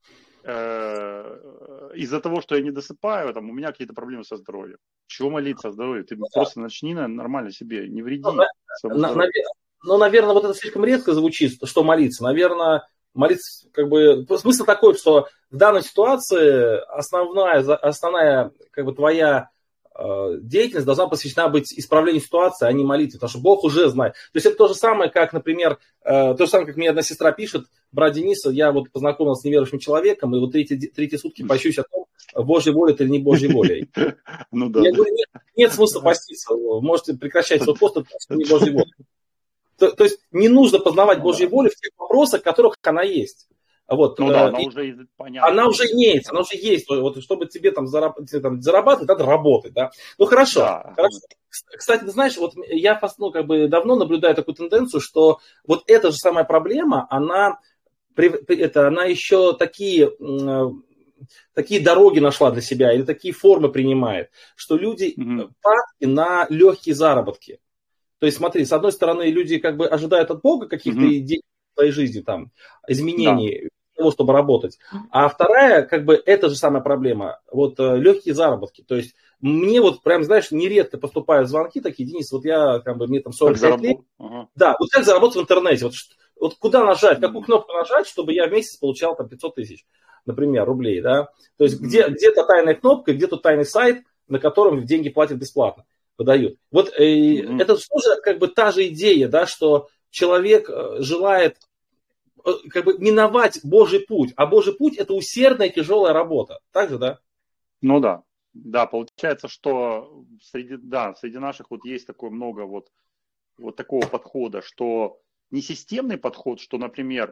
из-за того, что я не досыпаю, там, у меня какие-то проблемы со здоровьем. Чего молиться о здоровье? Ты просто начни нормально себе, не вреди своему здоровью. Наверное, вот это слишком редко звучит, что молиться. Наверное, молиться, как бы, смысл такой, что в данной ситуации основная как бы, твоя деятельность должна посвящена быть исправлению ситуации, а не молитве, потому что Бог уже знает. То есть это то же самое, как, например, то же самое, как мне одна сестра пишет, брат Дениса, я вот познакомился с неверующим человеком, и вот третьи сутки пощусь о том, Божья воля это или не Божья воля. Ну да. Я говорю, нет смысла поститься, можете прекращать свой пост, это не Божья воля. То есть не нужно познавать Божью волю в тех вопросах, в которых она есть. Вот, ну да, она уже понятна. Она уже имеется, она уже есть. Вот, чтобы тебе там зарабатывать, надо работать. Да? Ну хорошо, да. Хорошо. Кстати, ты знаешь, вот я давно наблюдаю такую тенденцию, что вот эта же самая проблема, она еще такие дороги нашла для себя или такие формы принимает, что люди падки на легкие заработки. То есть смотри, с одной стороны, люди как бы ожидают от Бога каких-то идей в своей жизни, там, изменений для того, чтобы работать. А вторая, как бы, это же самая проблема, вот легкие заработки. То есть мне вот прям, знаешь, нередко поступают звонки такие, Денис, вот я, как бы, мне там 45 лет. Да, вот как заработать в интернете? Вот куда нажать, какую кнопку нажать, чтобы я в месяц получал там 500 тысяч, например, рублей, да? То есть где-то тайная кнопка, где-то тайный сайт, на котором деньги платят бесплатно. Выдают. Вот это тоже как бы та же идея, да, что человек желает как бы миновать Божий путь, а Божий путь это усердная тяжелая работа. Так же, да? Ну да. Да, получается, что среди наших вот есть такое много вот такого подхода, что не системный подход, что, например,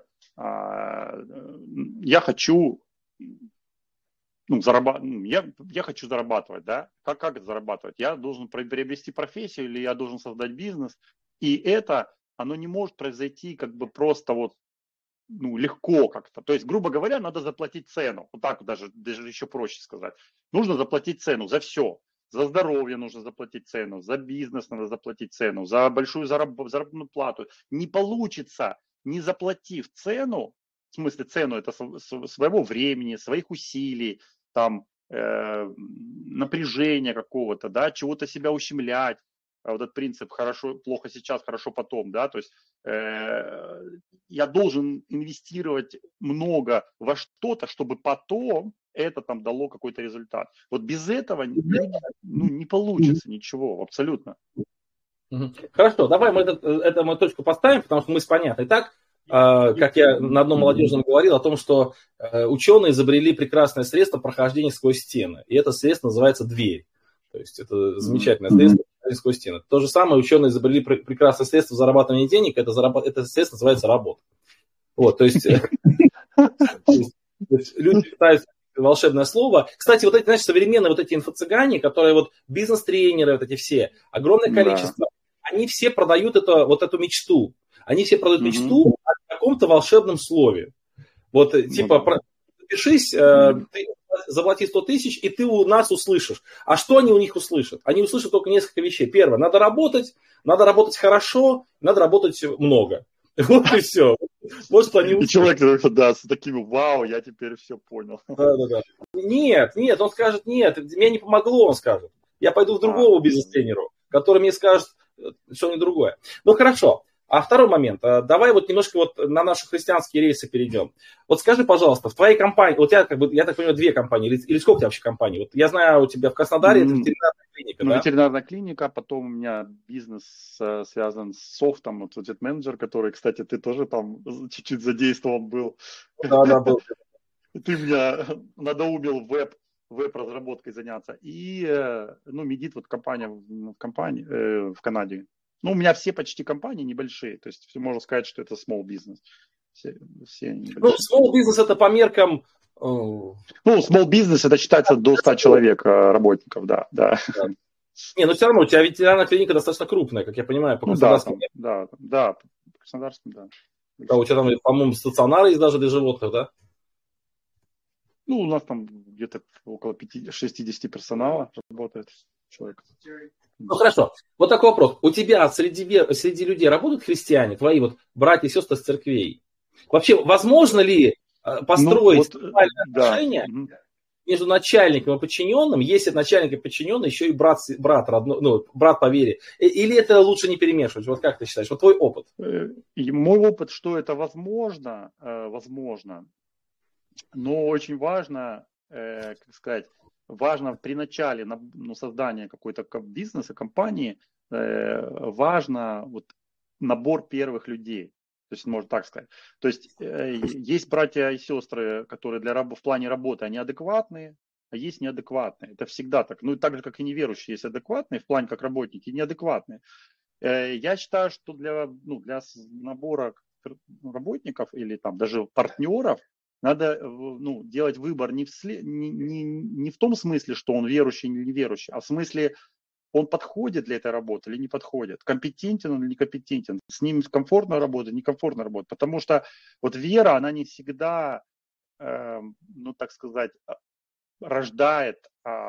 я хочу я хочу зарабатывать, да? Как это зарабатывать? Я должен приобрести профессию или я должен создать бизнес? И оно не может произойти как бы просто вот, легко как-то. То есть, грубо говоря, надо заплатить цену. Вот так даже еще проще сказать. Нужно заплатить цену за все. За здоровье нужно заплатить цену, за бизнес надо заплатить цену, за большую заработную плату. Не получится, не заплатив цену, в смысле цену это своего времени, своих усилий, там, напряжения какого-то, да, чего-то себя ущемлять. Вот этот принцип плохо сейчас, хорошо потом, да, то есть я должен инвестировать много во что-то, чтобы потом это там дало какой-то результат. Вот без этого не получится ничего, абсолютно. Хорошо, давай мы эту точку поставим, потому что мысль понятна. Итак, как я на одном молодежном говорил, о том, что ученые изобрели прекрасное средство прохождения сквозь стены. И это средство называется дверь. То есть это замечательное средство сквозь стены. То же самое ученые изобрели прекрасное средство зарабатывания денег. Это средство называется работа. Вот, то есть люди пытаются волшебное слово. Кстати, вот эти, знаешь, современные вот эти инфо-цыгане, которые вот бизнес-тренеры, вот эти все, огромное количество, они все продают вот эту мечту. Они все продают мечту о каком-то волшебном слове. Вот, типа, запишись, ты заплати 100 тысяч, и ты у нас услышишь. А что они у них услышат? Они услышат только несколько вещей. Первое, надо работать хорошо, надо работать много. Вот и все. Вот что они услышат. И человек, да, с такими, вау, я теперь все понял. Да. Нет, он скажет, нет, мне не помогло, он скажет. Я пойду в другого бизнес-тренеру, который мне скажет что-нибудь другое. Ну, хорошо. А второй момент. Давай вот немножко вот на наши христианские рейсы перейдем. Вот скажи, пожалуйста, в твоей компании, вот я так понимаю, 2 компании, или сколько у тебя вообще компаний? Вот я знаю, у тебя в Краснодаре это ветеринарная клиника, да? Ветеринарная клиника, потом у меня бизнес связан с софтом, вот этот менеджер, который, кстати, ты тоже там чуть-чуть задействован был. Да, был. Ты меня надоумил веб-разработкой заняться. И, Медит, вот компания в Канаде. Ну, у меня все почти компании небольшие, то есть можно сказать, что это small business. Все ну, small business это по меркам... small business это считается до 100 человек работников, да. Не, но все равно у тебя ветеринарная клиника достаточно крупная, как я понимаю, по Краснодарскому. Да, по Краснодарскому, да. Да, у тебя там, по-моему, стационары есть даже для животных, да? Ну, у нас там где-то около 60 персонала работает человек. Ну, хорошо. Вот такой вопрос. У тебя среди людей работают христиане, твои вот братья и сестры с церквей? Вообще, возможно ли построить отношения между начальником и подчиненным, если начальник и подчиненный еще и брат родной, брат по вере? Или это лучше не перемешивать? Вот как ты считаешь? Вот твой опыт. Мой опыт, что это возможно, но очень важно, важно при начале создания какой-то бизнеса, компании, важно вот набор первых людей. То есть, можно так сказать. То есть, есть братья и сестры, которые в плане работы, они адекватные, а есть неадекватные. Это всегда так. Ну, и так же, как и неверующие, есть адекватные, в плане как работники, неадекватные. Я считаю, что для набора работников или там даже партнеров надо делать выбор не в том смысле, что он верующий или неверующий, а в смысле, он подходит для этой работы или не подходит, компетентен он или некомпетентен, с ним комфортно работать, некомфортно работать. Потому что вот вера, она не всегда, рождает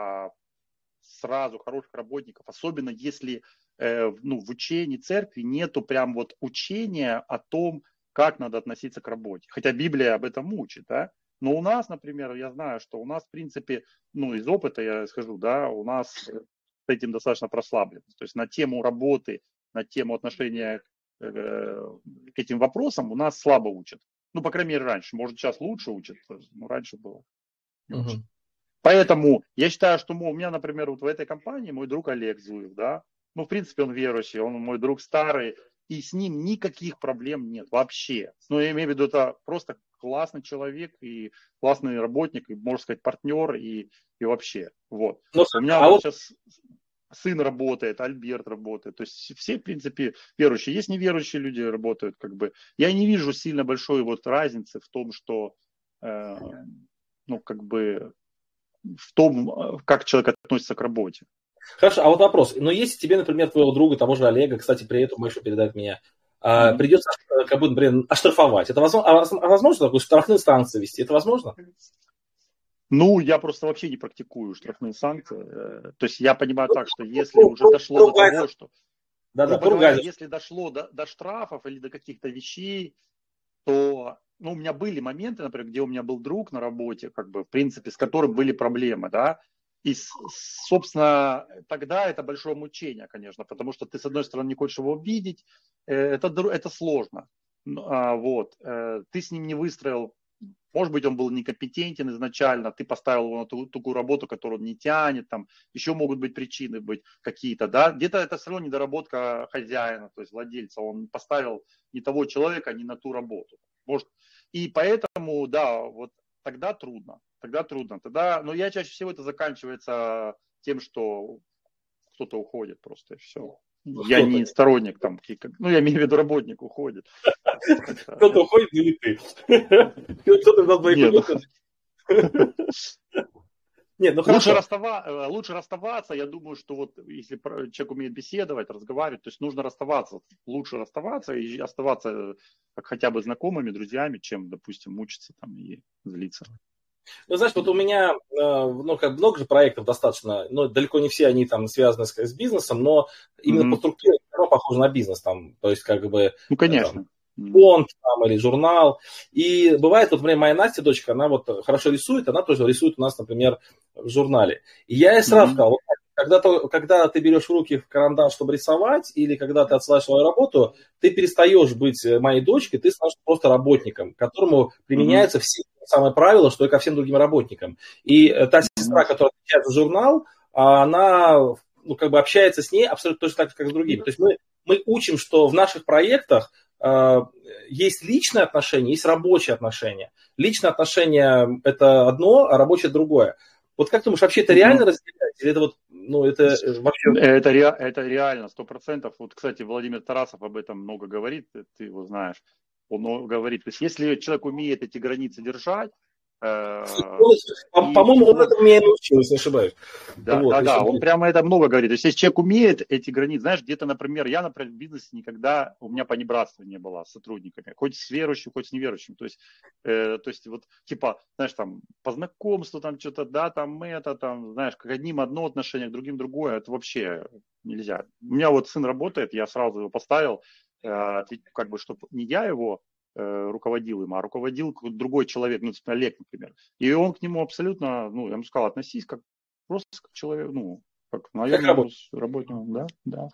сразу хороших работников, особенно если в учении церкви нету прям вот учения о том, как надо относиться к работе. Хотя Библия об этом учит, да. Но у нас, например, я знаю, что у нас, в принципе, из опыта я скажу, да, у нас с этим достаточно прослаблено. То есть на тему работы, на тему отношения к этим вопросам у нас слабо учат. По крайней мере, раньше. Может, сейчас лучше учат, но раньше было не очень. Поэтому я считаю, что у меня, например, вот в этой компании мой друг Олег Зуев, да, в принципе, он верующий, он мой друг старый, и с ним никаких проблем нет вообще. Но я имею в виду, это просто классный человек и классный работник, и, можно сказать, партнер, и вообще. Вот. У меня сейчас сын работает, Альберт работает. То есть все, в принципе, верующие. Есть неверующие люди работают, как бы. Я не вижу сильно большой разницы в том, что, в том, как человек относится к работе. Хорошо, а вот вопрос. Но если тебе, например, твоего друга, того же Олега, кстати, при этом еще передает меня, придется, как бы, например, оштрафовать. Это возможно? А возможно такую штрафные санкции вести? Это возможно? Я просто вообще не практикую штрафные санкции. То есть я понимаю так, что если уже дошло до того, что... если дошло до штрафов или до каких-то вещей, то... у меня были моменты, например, где у меня был друг на работе, как бы, в принципе, с которым были проблемы, да. И, собственно, тогда это большое мучение, конечно, потому что ты, с одной стороны, не хочешь его видеть, это сложно. Ты с ним не выстроил, может быть, он был некомпетентен изначально, ты поставил его на такую работу, которую он не тянет, там еще могут быть причины быть какие-то, да, где-то это все равно недоработка хозяина, то есть владельца, он поставил не того человека, не на ту работу. И поэтому, да, вот тогда трудно. Но я чаще всего это заканчивается тем, что кто-то уходит просто, и все. Я не сторонник там, я имею в виду, работник уходит. Кто-то уходит, но не ты. Кто-то из двоих уходит. Нет, ну Лучше хорошо. лучше расставаться, я думаю, что вот если человек умеет беседовать, разговаривать, то есть нужно расставаться. Лучше расставаться и оставаться как хотя бы знакомыми, друзьями, чем, допустим, мучиться там и злиться. Ну, знаешь, вот у меня, ну, как бы много же проектов достаточно, но далеко не все они там связаны с бизнесом, но именно по структуре все равно похоже на бизнес там, то есть как бы Ну, конечно. фонд там или журнал. И бывает, вот, например, моя Настя, дочка, она вот хорошо рисует, она тоже рисует у нас, например, в журнале. И я ей сразу сказал, вот, когда ты берешь в руки карандаш, чтобы рисовать, или когда ты отсылаешь свою работу, ты перестаешь быть моей дочкой, ты становишься просто работником, которому применяются все самые правила, что и ко всем другим работникам. И та сестра, которая отвечает за журнал, она, ну, как бы общается с ней абсолютно точно так же, как с другими. То есть мы учим, что в наших проектах есть личные отношения, есть рабочие отношения. Личные отношения – это одно, а рабочее – другое. Вот как ты думаешь, вообще это реально разделять? Или это вот, ну, это вообще… Это реально, 100%. Вот, кстати, Владимир Тарасов об этом много говорит, ты его знаешь. Он говорит, то есть если человек умеет эти границы держать… По-моему, он этому меня и научил, если не ошибаюсь. Да, вот, да, он прямо это много говорит. То есть, если человек умеет эти границы, знаешь, где-то, например, в бизнесе никогда, у меня понебратства не было с сотрудниками, хоть с верующим, хоть с неверующим. То есть вот, типа, знаешь, там, по знакомству, там, что-то, да, там, это, там, знаешь, к одним одно отношение, к другим другое, это вообще нельзя. У меня вот сын работает, я сразу его поставил, как бы, чтобы не я его руководил им, а руководил другой человек, ну, Олег, например. И он к нему абсолютно, ну, я ему сказал, относись как просто как человек, ну, как наемному работнику, да.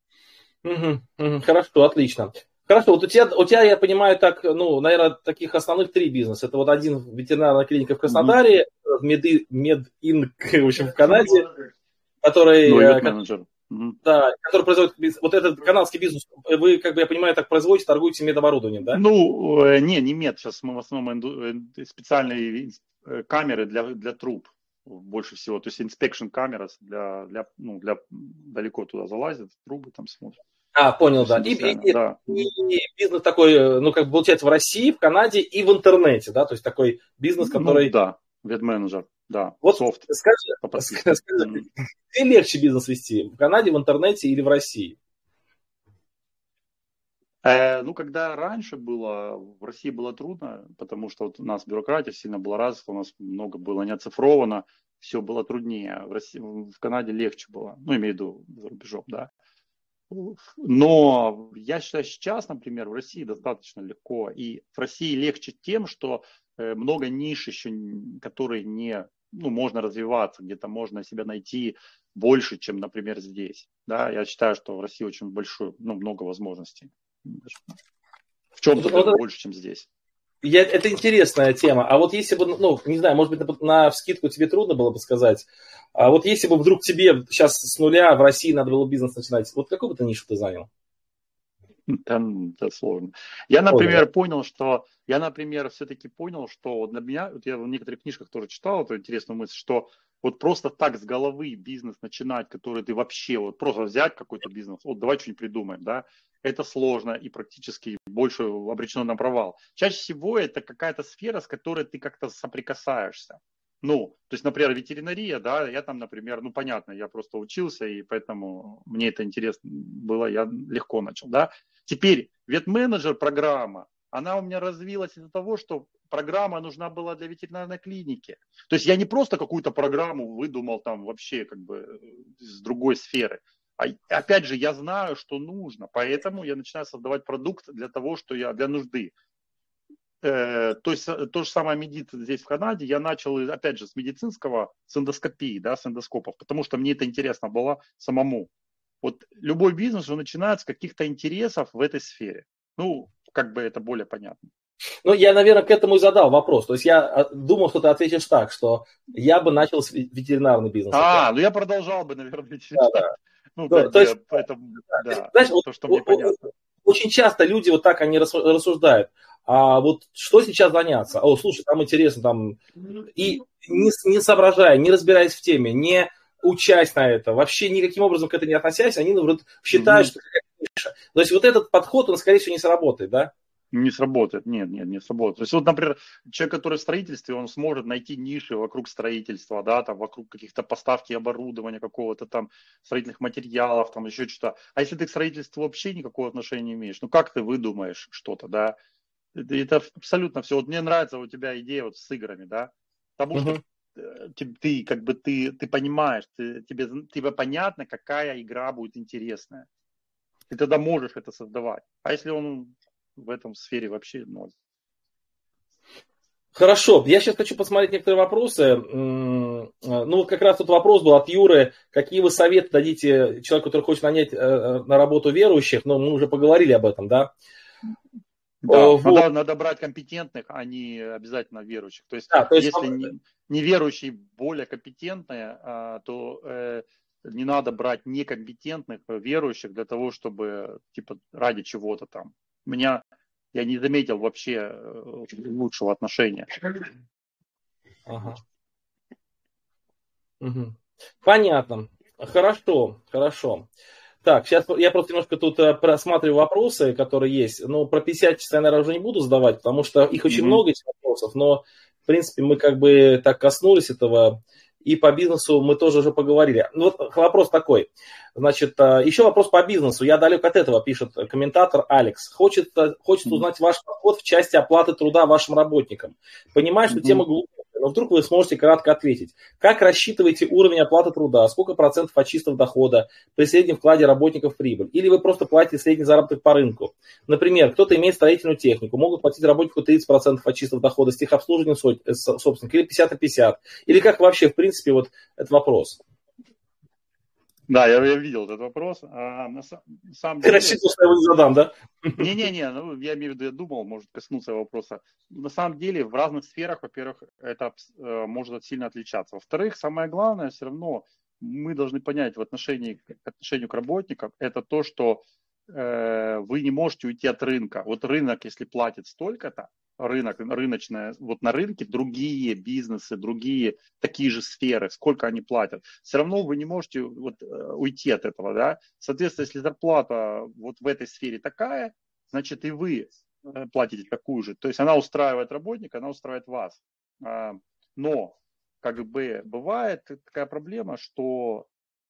Хорошо, отлично. Хорошо, вот у тебя, я понимаю, так, ну, наверное, таких основных 3 бизнеса. Это вот один ветеринарная клиника в Краснодаре, Мединк, в общем, в Канаде, который… менеджер. Да, который производит, вот этот канадский бизнес, вы, как бы я понимаю, так производите, торгуете медоборудованием, да? Ну, не мед, сейчас мы в основном специальные камеры для труб больше всего, то есть inspection cameras для далеко туда залазят, трубы там смотрят. Понял, да. И бизнес такой, ну, как бы получается в России, в Канаде и в интернете, да, то есть такой бизнес, который… Ну, да, ветменеджер. Да, вот софт. Скажи, где легче бизнес вести? В Канаде, в интернете или в России? Ну, когда раньше было, в России было трудно, потому что вот у нас бюрократия сильно была развита, у нас много было не оцифровано, все было труднее. В Канаде легче было, ну, имею в виду за рубежом, да. Но я считаю, сейчас, например, в России достаточно легко. И в России легче тем, что много ниш еще, которые не… Ну, можно развиваться, где-то можно себя найти больше, чем, например, здесь. Да, я считаю, что в России очень большое, много возможностей. В чем-то даже больше, чем здесь. Это интересная тема. А вот если бы, ну, не знаю, может быть, на вскидку тебе трудно было бы сказать, а вот если бы вдруг тебе сейчас с нуля в России надо было бизнес начинать, вот какую бы ты нишу ты занял? Это сложно. Я, например, все-таки понял, что вот для меня, вот я в некоторых книжках тоже читал эту интересную мысль, что вот просто так с головы бизнес начинать, который ты вообще, вот просто взять какой-то бизнес, вот давай что-нибудь придумаем, да, это сложно и практически больше обречено на провал. Чаще всего это какая-то сфера, с которой ты как-то соприкасаешься. Ну, то есть, например, ветеринария, да, я там, например, ну, понятно, я просто учился, и поэтому мне это интересно было, я легко начал, да. Теперь ветменеджер программа, она у меня развилась из-за того, что программа нужна была для ветеринарной клиники. То есть я не просто какую-то программу выдумал там вообще как бы с другой сферы. А опять же, я знаю, что нужно, поэтому я начинаю создавать продукт для того, что для нужды. То есть то же самое медит здесь в Канаде, я начал, опять же, с медицинского, с эндоскопии, да, с эндоскопов, потому что мне это интересно было самому. Вот любой бизнес, он начинается с каких-то интересов в этой сфере. Ну, как бы это более понятно. Ну, я, наверное, к этому и задал вопрос. То есть я думал, что ты ответишь так, что я бы начал с ветеринарный бизнес. Ну я продолжал бы, наверное, ветеринарный. Да. Ну, то есть, поэтому, да, знаешь, то, что мне понятно. Очень часто люди вот так они рассуждают. А вот что сейчас заняться? Слушай, там интересно, там… И не соображая, не разбираясь в теме, не учась на это, вообще никаким образом к этому не относясь, они, наоборот, считают, что какая-то ниша. То есть вот этот подход, он, скорее всего, не сработает, да? Не сработает, нет, не сработает. То есть вот, например, человек, который в строительстве, он сможет найти ниши вокруг строительства, да, там вокруг каких-то поставки оборудования, какого-то там строительных материалов, там еще что-то. А если ты к строительству вообще никакого отношения не имеешь, ну как ты выдумаешь что-то, да? Это абсолютно все. Вот мне нравится у тебя идея вот с играми, да, потому что ты как бы ты понимаешь, тебе понятно, какая игра будет интересная. Ты тогда можешь это создавать. А если он в этом сфере вообще ноль? Хорошо, я сейчас хочу посмотреть некоторые вопросы. Ну, как раз тут вопрос был от Юры. Какие вы советы дадите человеку, который хочет нанять на работу верующих? Ну, мы уже поговорили об этом, да? Да, вот. Надо брать компетентных, а не обязательно верующих. То есть, да, если не верующие более компетентные, то не надо брать некомпетентных верующих для того, чтобы, типа, ради чего-то там. Я не заметил вообще лучшего отношения. Ага. Угу. Понятно. Хорошо. Так, сейчас я просто немножко тут просматриваю вопросы, которые есть. Ну, про 50 часов я, наверное, уже не буду задавать, потому что их очень много, этих вопросов. Но, в принципе, мы как бы так коснулись этого. И по бизнесу мы тоже уже поговорили. Ну, вот вопрос такой. Значит, еще вопрос по бизнесу. Я далек от этого, пишет комментатор Алекс. Хочет узнать ваш подход в части оплаты труда вашим работникам. Понимаю, что тема глупая, но вдруг вы сможете кратко ответить. Как рассчитываете уровень оплаты труда? Сколько процентов от чистого дохода при среднем вкладе работников в прибыль? Или вы просто платите средний заработок по рынку? Например, кто-то имеет строительную технику, могут платить работнику 30% от чистого дохода с техобслуживанием собственника, или 50 на 50. Или как вообще, в принципе, вот этот вопрос? Да, я видел этот вопрос. На самом деле... Ты рассчитывал, что я его не задам, да? Не, ну, я имею в виду, я думал, может коснуться вопроса. На самом деле, в разных сферах, во-первых, это может сильно отличаться. Во-вторых, самое главное, все равно мы должны понять к отношению к работникам, это то, что вы не можете уйти от рынка. Вот рынок, если платит столько-то, рыночная, вот на рынке другие бизнесы, другие такие же сферы, сколько они платят. Все равно вы не можете уйти от этого, да. Соответственно, если зарплата вот в этой сфере такая, значит и вы платите такую же. То есть она устраивает работника, она устраивает вас. Но как бы бывает такая проблема, что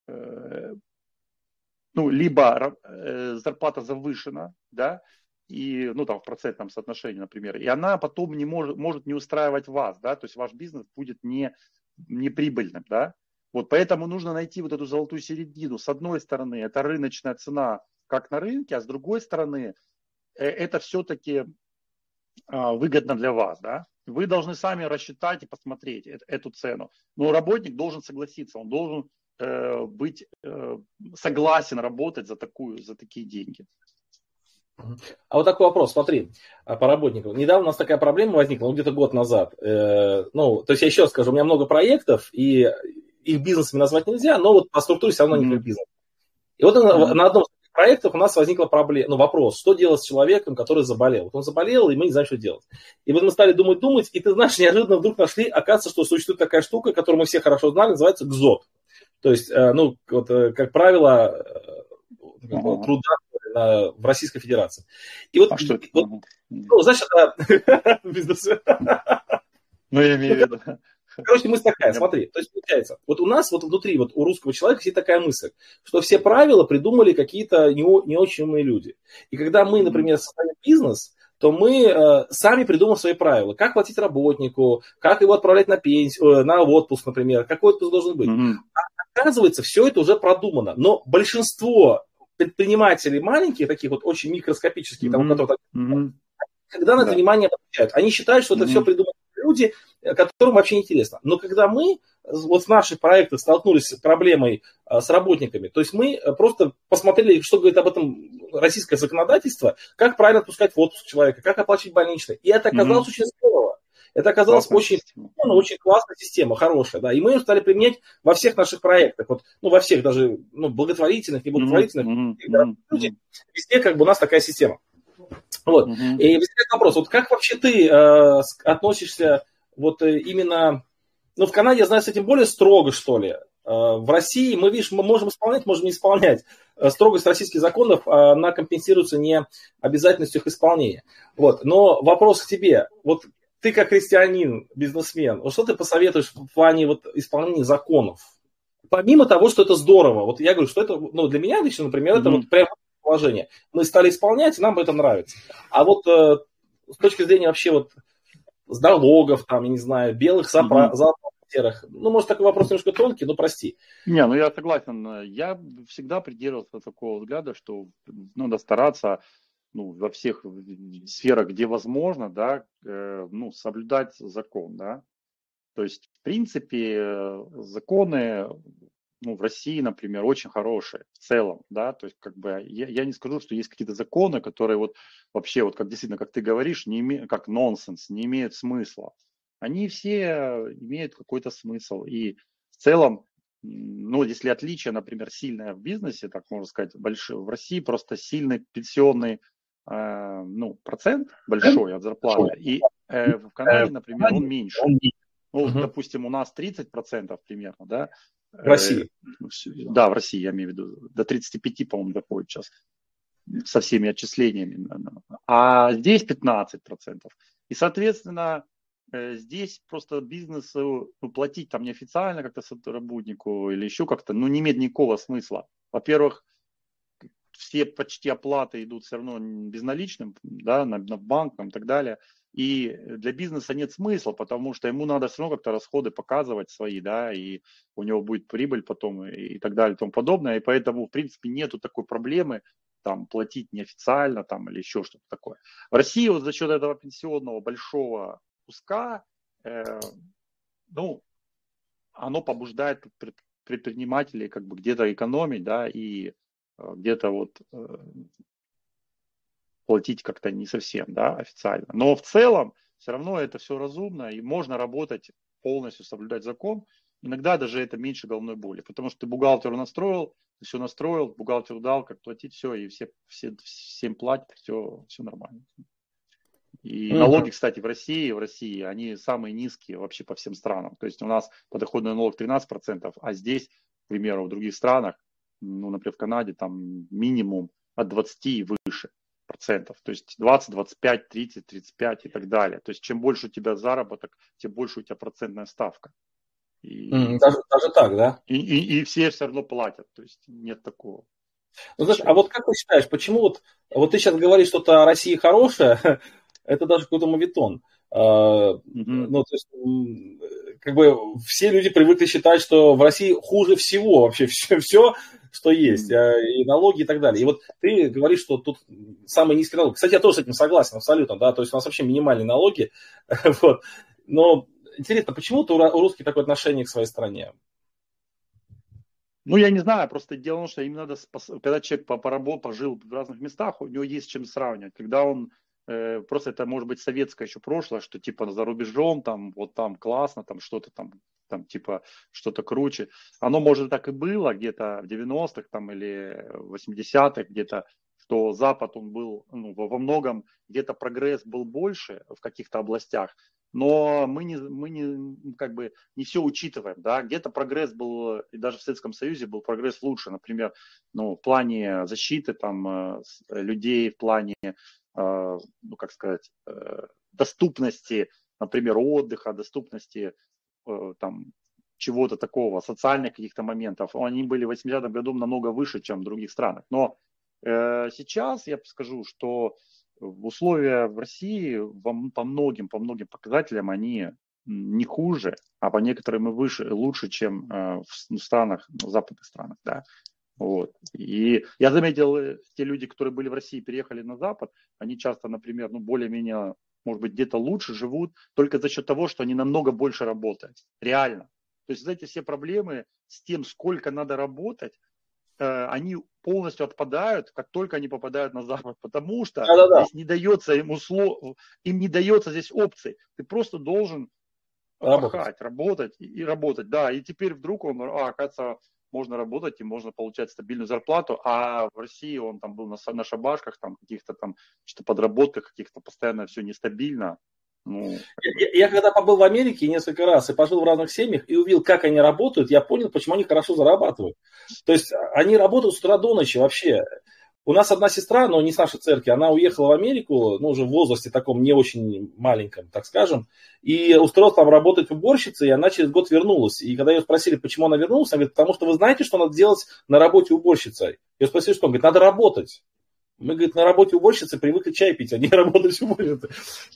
либо зарплата завышена, да, и, там в процентном соотношении, например, и она потом может не устраивать вас, да, то есть ваш бизнес будет не прибыльным, да. Вот поэтому нужно найти вот эту золотую середину. С одной стороны, это рыночная цена, как на рынке, а с другой стороны, это все-таки выгодно для вас, да. Вы должны сами рассчитать и посмотреть эту цену. Но работник должен согласиться, он должен быть согласен работать за такие деньги. А вот такой вопрос, смотри, по работникам. Недавно у нас такая проблема возникла, где-то год назад. То есть я еще раз скажу, у меня много проектов, и их бизнесами назвать нельзя, но вот по структуре все равно не как бизнес. И вот на одном из проектов у нас возникла проблема, вопрос, что делать с человеком, который заболел. Вот он заболел, и мы не знаем, что делать. И вот мы стали думать, и ты знаешь, неожиданно вдруг нашли, оказывается, что существует такая штука, которую мы все хорошо знали, называется ГЗОТ. То есть, как правило, труда в Российской Федерации. И вот, что это? Знаешь, это бизнес. Я имею в виду. Короче, мысль такая, смотри, то есть получается, вот у нас вот внутри вот у русского человека есть такая мысль, что все правила придумали какие-то не очень умные люди. И когда мы, например, создаем бизнес, то мы сами придумываем свои правила. Как платить работнику, как его отправлять на пенсию, на отпуск, например, какой отпуск должен быть. Оказывается, все это уже продумано. Но большинство предпринимателей маленьких, таких вот очень микроскопических, когда на это внимание обращают, они считают, что это все придумали люди, которым вообще не интересно. Но когда мы вот в наших проектах столкнулись с проблемой с работниками, то есть мы просто посмотрели, что говорит об этом российское законодательство, как правильно отпускать в отпуск человека, как оплачивать больничный. И это оказалось очень здорово. Это оказалось очень классная система, хорошая, да. И мы ее стали применять во всех наших проектах, вот, во всех даже благотворительных, неблаготворительных, везде как бы у нас такая система. Вот. И возникает вопрос, вот как вообще ты относишься вот именно, в Канаде, я знаю, с этим более строго, что ли, В России мы, видишь, мы можем исполнять, можем не исполнять. Строгость российских законов, она компенсируется не обязательностью их исполнения. Вот. Но вопрос к тебе. Вот ты как христианин, бизнесмен, вот что ты посоветуешь в плане вот исполнения законов? Помимо того, что это здорово. Вот я говорю, что это, ну, для меня лично, например, это вот прям положение. Мы стали исполнять, и нам это нравится. А вот с точки зрения вообще вот с налогов, там, я не знаю, белых серых. Ну, может, такой вопрос немножко тонкий, но прости. Не, ну я согласен. Я всегда придерживался такого взгляда, что надо стараться, ну, во всех сферах, где возможно, да, ну, соблюдать закон, да. То есть, в принципе, законы, ну, в России, например, очень хорошие в целом, да, то есть, как бы, я не скажу, что есть какие-то законы, которые вот вообще, вот как действительно, как ты говоришь, как нонсенс, не имеют смысла. Они все имеют какой-то смысл, и в целом, ну, если отличие, например, сильное в бизнесе, так можно сказать, в России просто сильный пенсионный, ну, процент большой от зарплаты, и в Канаде, например, он меньше. Ну, допустим, у нас 30% примерно, да? В России. Да, в России, я имею в виду. До 35, по-моему, доходит сейчас со всеми отчислениями. А здесь 15%. И, соответственно, здесь просто бизнесу платить там неофициально как-то сотруднику или еще как-то, ну, не имеет никакого смысла. Во-первых, все почти оплаты идут все равно безналичным, да, на банк там, и так далее. И для бизнеса нет смысла, потому что ему надо все равно как-то расходы показывать свои, да, и у него будет прибыль потом и так далее и тому подобное. И поэтому, в принципе, нету такой проблемы там платить неофициально там или еще что-то такое. В России вот за счет этого пенсионного большого куска, ну, оно побуждает предпринимателей как бы где-то экономить, да, и где-то вот платить как-то не совсем, да, официально. Но в целом все равно это все разумно, и можно работать полностью, соблюдать закон. Иногда даже это меньше головной боли, потому что ты бухгалтеру настроил, ты все настроил, бухгалтеру дал, как платить, все, и всем платят, все нормально. И налоги, кстати, в России они самые низкие вообще по всем странам. То есть у нас подоходный налог 13%, а здесь, к примеру, в других странах, ну, например, в Канаде, там минимум от 20 и выше процентов. То есть 20, 25, 30, 35 и так далее. То есть чем больше у тебя заработок, тем больше у тебя процентная ставка. И, даже так, да? И все равно платят. То есть нет такого. Ну, знаешь, а вот как ты считаешь, почему вот ты сейчас говоришь что-то о России хорошее, это даже какой-то моветон. Ну, то есть, как бы все люди привыкли считать, что в России хуже всего вообще все, что есть, и налоги и так далее. И вот ты говоришь, что тут самый низкий налог. Кстати, я тоже с этим согласен абсолютно, да, то есть у нас вообще минимальные налоги, вот. Но интересно, почему у русских такое отношение к своей стране? Ну, я не знаю, просто дело в том, что им надо, когда человек поработал, пожил в разных местах, у него есть с чем сравнивать. Когда он, просто это может быть советское еще прошлое, что типа за рубежом, там, вот там классно, там что-то там типа что-то круче. Оно, может, так и было где-то в 90-х там, или 80-х где-то, что Запад, он был, ну, во многом, где-то прогресс был больше в каких-то областях, но мы не как бы не все учитываем, да, где-то прогресс был, и даже в Советском Союзе был прогресс лучше, например, ну, в плане защиты там людей, в плане, ну, как сказать, доступности, например, отдыха, доступности там чего-то такого, социальных каких-то моментов, они были в 80-м году намного выше, чем в других странах. Но сейчас я скажу, что условия в России по многим показателям они не хуже, а по некоторым и выше, лучше, чем в странах, в западных странах, да. Вот. И я заметил, те люди, которые были в России, переехали на Запад, они часто, например, ну, более-менее, может быть, где-то лучше живут только за счет того, что они намного больше работают. Реально. То есть эти все проблемы с тем, сколько надо работать, они полностью отпадают, как только они попадают на Запад, потому что здесь не дается им не дается здесь опций. Ты просто должен пахать, работать и работать. Да, и теперь вдруг оказывается, можно работать и можно получать стабильную зарплату, а в России он там был на шабашках, там каких-то там что-то подработках, каких-то постоянно все нестабильно. Я когда побыл в Америке несколько раз и пожил в разных семьях и увидел, как они работают, я понял, почему они хорошо зарабатывают. То есть они работают с утра до ночи вообще. У нас одна сестра, но не с нашей церкви, она уехала в Америку, ну, уже в возрасте таком не очень маленьком, так скажем, и устроилась там работать уборщицей, и она через год вернулась. И когда ее спросили, почему она вернулась, она говорит, потому что вы знаете, что надо делать на работе уборщицей. Я спросил, что? Он говорит, надо работать. Мы, говорит, на работе уборщицы привыкли чай пить, а не работать уборщицей.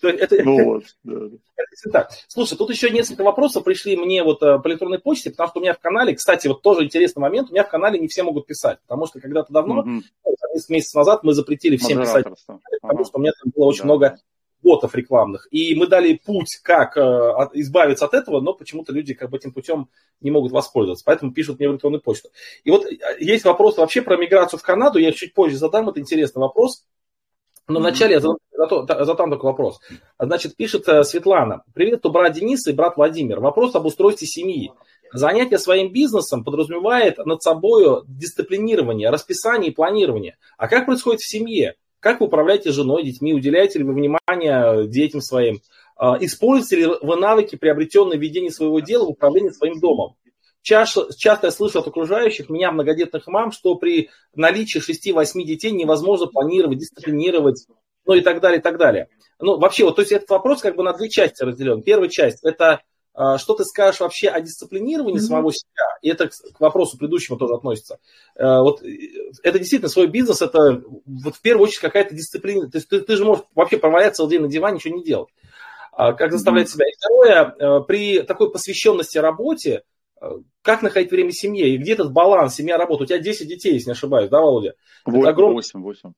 Так. Слушай, тут еще несколько вопросов пришли мне вот по электронной почте, потому что у меня в канале, кстати, вот тоже интересный момент, у меня в канале не все могут писать, потому что когда-то давно, несколько месяцев назад, мы запретили всем писать, потому что у меня там было очень много ботов рекламных. И мы дали путь, как избавиться от этого, но почему-то люди как бы этим путем не могут воспользоваться. Поэтому пишут мне в электронную почту. И вот есть вопрос вообще про миграцию в Канаду. Я чуть позже задам, это интересный вопрос. Но вначале я задам такой вопрос. Значит, пишет Светлана. Привет, то брат Денис и брат Владимир. Вопрос об устройстве семьи. Занятие своим бизнесом подразумевает над собой дисциплинирование, расписание и планирование. А как происходит в семье? Как вы управляете женой, детьми? Уделяете ли вы внимание детям своим? Используете ли вы навыки, приобретенные в ведении своего дела, в управлении своим домом? Часто я слышу от окружающих меня, многодетных мам, что при наличии 6-8 детей невозможно планировать, дисциплинировать, ну и так далее, и так далее. Ну, вообще, вот, то есть этот вопрос как бы на две части разделен. Первая часть – это что ты скажешь вообще о дисциплинировании самого себя, и это к вопросу предыдущему тоже относится. Вот это действительно свой бизнес, это вот в первую очередь какая-то дисциплина. То есть ты же можешь вообще проваляться целый день на диване, ничего не делать. Как заставлять себя. И второе, при такой посвященности работе, как находить время семье, и где этот баланс семья-работа? У тебя 10 детей, если не ошибаюсь, да, Володя? 8.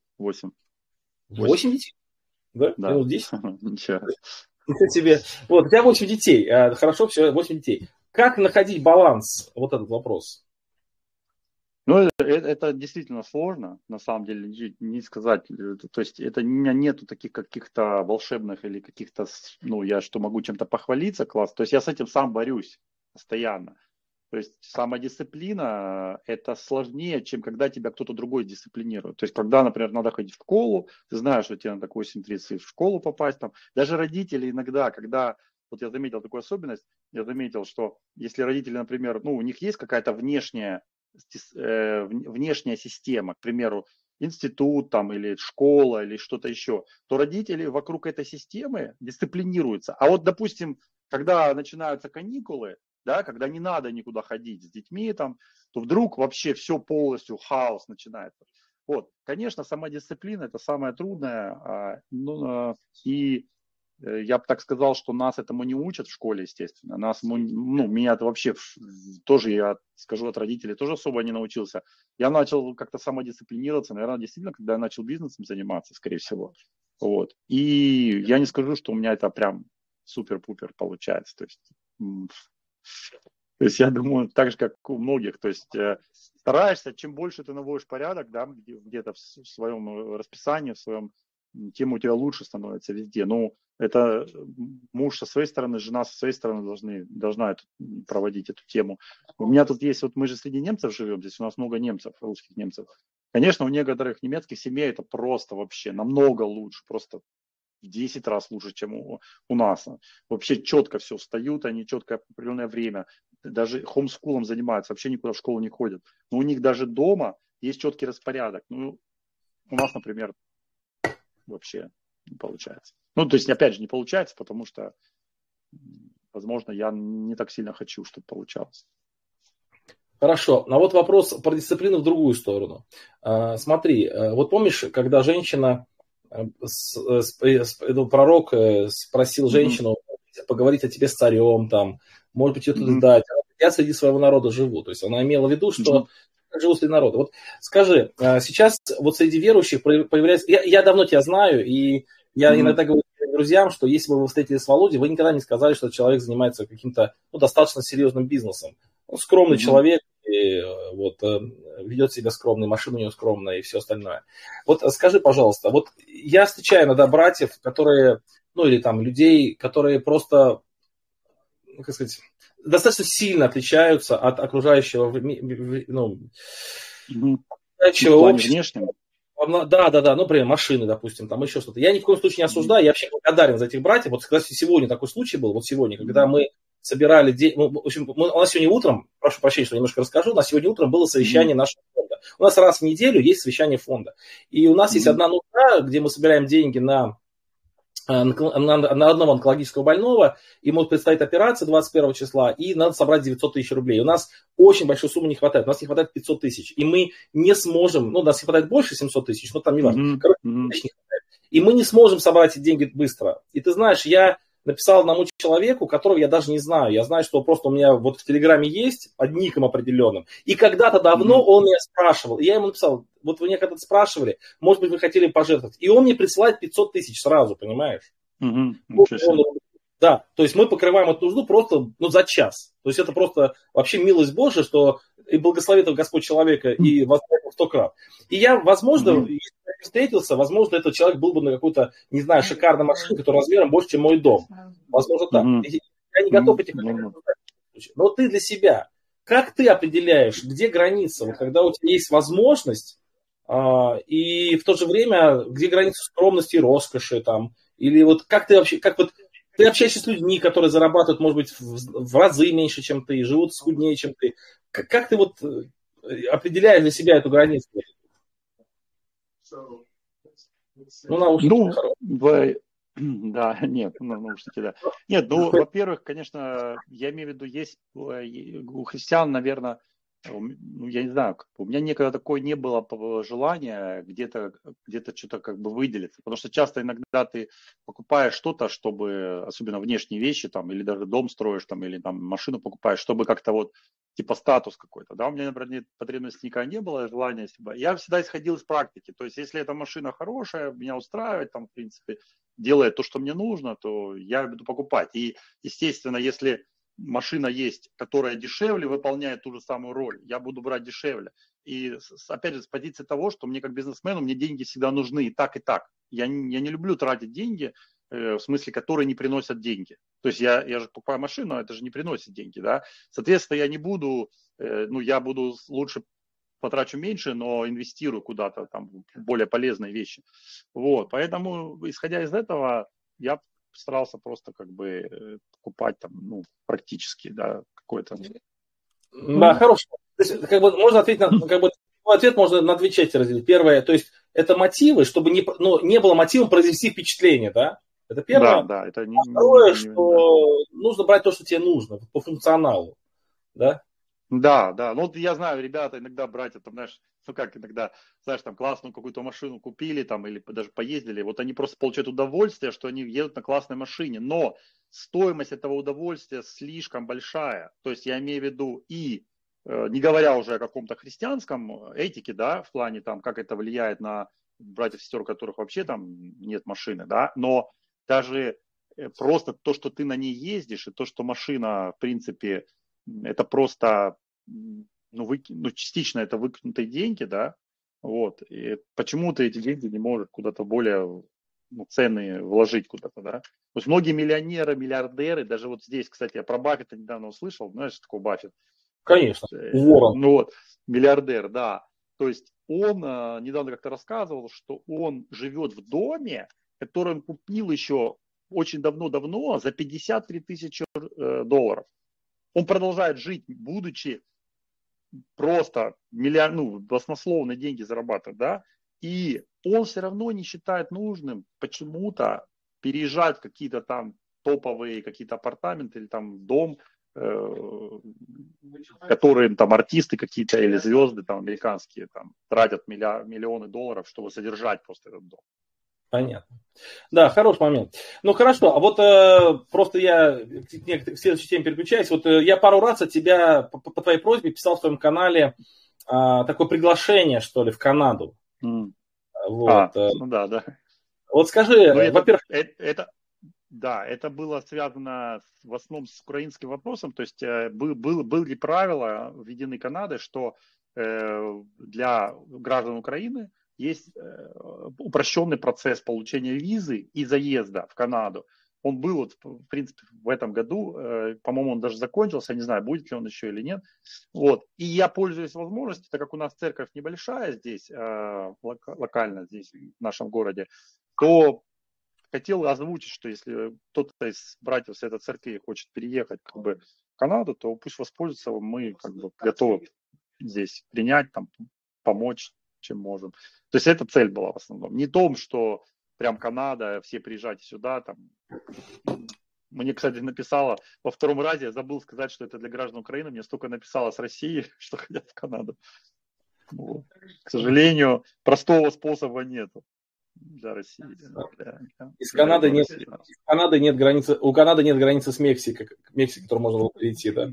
8 детей? Да? Да. Минус 10? Ничего. Тебе. Вот, у тебя 8 детей. Хорошо, все, 8 детей. Как находить баланс? Вот этот вопрос. Ну, это действительно сложно, на самом деле, не сказать. То есть это у меня нету таких каких-то волшебных или каких-то, ну, я что могу чем-то похвалиться, класс. То есть я с этим сам борюсь постоянно. То есть самодисциплина – это сложнее, чем когда тебя кто-то другой дисциплинирует. То есть когда, например, надо ходить в школу, ты знаешь, что тебе надо к 8:30 в школу попасть. Там. Даже родители иногда, когда, вот я заметил такую особенность, я заметил, что если родители, например, ну, у них есть какая-то внешняя система, к примеру, институт там, или школа, или что-то еще, то родители вокруг этой системы дисциплинируются. А вот, допустим, когда начинаются каникулы, да, когда не надо никуда ходить с детьми, там, то вдруг вообще все полностью хаос начинается. Вот, конечно, самодисциплина – это самое трудное, и я бы так сказал, что нас этому не учат в школе, естественно. Меня это вообще тоже, я скажу, от родителей тоже особо не научился. Я начал как-то самодисциплинироваться, наверное, действительно, когда я начал бизнесом заниматься, скорее всего. Вот. И я не скажу, что у меня это прям супер-пупер получается. То есть я думаю, так же, как у многих. То есть стараешься, чем больше ты наводишь порядок, да, где-то в своем расписании, в своем, тем у тебя лучше становится везде. Ну, это муж со своей стороны, жена со своей стороны должна проводить эту тему. У меня тут есть, вот мы же среди немцев живем, здесь у нас много немцев, русских немцев. Конечно, у некоторых немецких семей это просто вообще намного лучше, просто в 10 раз лучше, чем у нас. Вообще четко все встают, они четко в определенное время, даже хомскулом занимаются, вообще никуда в школу не ходят. Но у них даже дома есть четкий распорядок. Ну, у нас, например, вообще не получается. Ну, то есть, опять же, не получается, потому что, возможно, я не так сильно хочу, чтобы получалось. Хорошо. А вот вопрос про дисциплину в другую сторону. Смотри, вот помнишь, когда женщина, пророк спросил женщину поговорить о тебе с царем, там, может быть, что-то дать. Я среди своего народа живу. То есть она имела в виду, что я живу среди народа. Вот скажи, сейчас вот среди верующих появляется... Я давно тебя знаю, и я иногда говорю друзьям, что если бы вы встретились с Володей, вы никогда не сказали, что человек занимается каким-то достаточно серьезным бизнесом. Он скромный человек, и, вот, ведет себя скромно, машина у него скромная и все остальное. Вот скажи, пожалуйста, вот я встречаю иногда братьев, которые, ну или там людей, которые просто, как сказать, достаточно сильно отличаются от окружающего, окружающего общества. Внешним? Да, ну, например, машины, допустим, там еще что-то. Я ни в коем случае не осуждаю, я вообще благодарен за этих братьев. Вот, кстати, сегодня такой случай был, вот сегодня, когда мы собирали, в общем, у нас сегодня утром, прошу прощения, что немножко расскажу, у нас сегодня утром было совещание нашего фонда. У нас раз в неделю есть совещание фонда. И у нас есть одна нужда, где мы собираем деньги на одного онкологического больного, ему предстоит операция 21 числа, и надо собрать 900 тысяч рублей. У нас очень большой суммы не хватает, у нас не хватает 500 тысяч, и мы не сможем, ну, у нас не хватает больше 700 тысяч, но там не важно. Короче, не хватает. И мы не сможем собрать эти деньги быстро. И ты знаешь, я написал одному человеку, которого я даже не знаю. Я знаю, что просто у меня вот в Телеграме есть под ником определенным. И когда-то давно он меня спрашивал. И я ему написал, вот вы меня когда-то спрашивали, может быть, вы хотели пожертвовать. И он мне присылает 500 тысяч сразу, понимаешь? Да, то есть мы покрываем эту нужду просто за час. То есть это просто вообще милость Божия, что и благословит Господь человека, и возможно в 100 крат. И я, возможно, если бы я встретился, возможно, этот человек был бы на какой-то, не знаю, шикарной машине, которая размером больше, чем мой дом. Возможно, так. Я не готов этих но ты для себя, как ты определяешь, где граница, вот когда у тебя есть возможность, и в то же время, где граница скромности и роскоши, там, или вот как ты вообще, как вот ты общаешься с людьми, которые зарабатывают, может быть, в разы меньше, чем ты, живут скуднее, чем ты. Как ты вот определяешь для себя эту границу? Ну, наушники да, нет, наушники, да. Нет, во-первых, конечно, я имею в виду, есть у христиан, наверное, я не знаю, у меня никогда такое не было желания где-то что-то как бы выделиться. Потому что часто иногда ты покупаешь что-то, чтобы, особенно внешние вещи, там, или даже дом строишь, там, или там машину покупаешь, чтобы как-то вот, типа статус какой-то. Да, у меня, например, потребности никогда не было, желания себя. Я всегда исходил из практики. То есть, если эта машина хорошая, меня устраивает, там, в принципе, делает то, что мне нужно, то я буду покупать. И, естественно, если машина есть, которая дешевле выполняет ту же самую роль, я буду брать дешевле. И опять же, с позиции того, что мне как бизнесмену, мне деньги всегда нужны и так, и так. Я не люблю тратить деньги, в смысле, которые не приносят деньги. То есть я же покупаю машину, а это же не приносит деньги, да. Соответственно, я не буду, я буду лучше потрачу меньше, но инвестирую куда-то там в более полезные вещи. Вот, поэтому, исходя из этого, я старался просто как бы покупать там, практически, да, какой-то. Да, хорошо. То есть, как бы можно ответить на, как бы, ответ можно на две части разделить. Первое, то есть это мотивы, чтобы не было мотивом произвести впечатление, да? Это первое. Да, это не. Второе, что нужно брать то, что тебе нужно, по функционалу, да? Да. Ну, я знаю, ребята иногда братья, там, знаешь, иногда, знаешь, там классную какую-то машину купили, там, или даже поездили, вот они просто получают удовольствие, что они едут на классной машине, но стоимость этого удовольствия слишком большая. То есть я имею в виду не говоря уже о каком-то христианском этике, да, в плане там, как это влияет на братьев и сестер, у которых вообще там нет машины, да, но даже просто то, что ты на ней ездишь, и то, что машина, в принципе, это просто, частично это выкинутые деньги, да, вот, и почему ты эти деньги не можешь куда-то более ценные вложить куда-то, да. То есть многие миллионеры, миллиардеры, даже вот здесь, кстати, я про Баффета недавно услышал, знаешь, что такое Баффет? Конечно, ворон. Миллиардер, да. То есть он недавно как-то рассказывал, что он живет в доме, который он купил еще очень давно-давно за 53 тысячи долларов. Он продолжает жить, будучи просто баснословные деньги зарабатывать, да, и он все равно не считает нужным почему-то переезжать в какие-то там топовые какие-то апартаменты или там дом, которые там артисты какие-то или звезды там американские там тратят миллионы долларов, чтобы содержать просто этот дом. Понятно. Да, хороший момент. Ну хорошо, а вот просто я в следующей теме переключаюсь. Вот я пару раз от тебя по твоей просьбе писал в твоем канале такое приглашение, что ли, в Канаду. Вот. Да. Вот скажи, во-первых... Это было связано в основном с украинским вопросом. То есть были правила введены Канадой, что для граждан Украины есть упрощенный процесс получения визы и заезда в Канаду. Он был, вот, в принципе, в этом году, по-моему, он даже закончился, не знаю, будет ли он еще или нет. Вот. И я пользуюсь возможностью, так как у нас церковь небольшая здесь, локально здесь, в нашем городе, то хотел озвучить, что если кто-то из братьев с этой церкви хочет переехать как бы в Канаду, то пусть воспользуется, мы как бы готовы здесь принять, там, помочь, чем можем. То есть эта цель была в основном. Не том, что прям Канада, все приезжайте сюда. Там. Мне, кстати, написала во втором разе, я забыл сказать, что это для граждан Украины, мне столько написало с России, что хотят в Канаду. Вот. К сожалению, простого способа нету для России. Из Канады нет границы, у Канады нет границы с Мексикой, которую можно было перейти, да?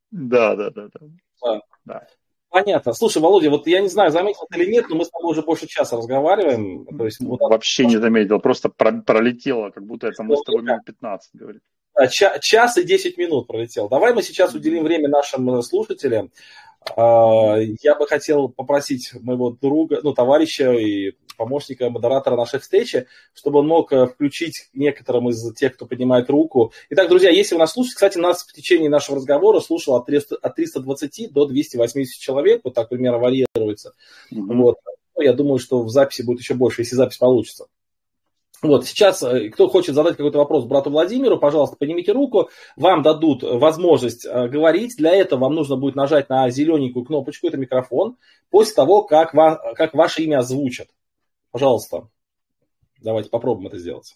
Да. Понятно. Слушай, Володя, вот я не знаю, заметил ты или нет, но мы с тобой уже больше часа разговариваем. То есть, вообще не заметил, просто пролетело, как будто это мы с тобой минут 15 говорим. Да, час и 10 минут пролетел. Давай мы сейчас уделим время нашим слушателям. Я бы хотел попросить моего друга, товарища и помощника, модератора нашей встречи, чтобы он мог включить некоторым из тех, кто поднимает руку. Итак, друзья, если вы нас слушаете, кстати, нас в течение нашего разговора слушало от 320 до 280 человек, вот так примерно варьируется. Вот. Я думаю, что в записи будет еще больше, если запись получится. Вот, сейчас, кто хочет задать какой-то вопрос брату Владимиру, пожалуйста, поднимите руку, вам дадут возможность говорить. Для этого вам нужно будет нажать на зелененькую кнопочку, это микрофон, после того, как ваше имя озвучат. Пожалуйста, давайте попробуем это сделать.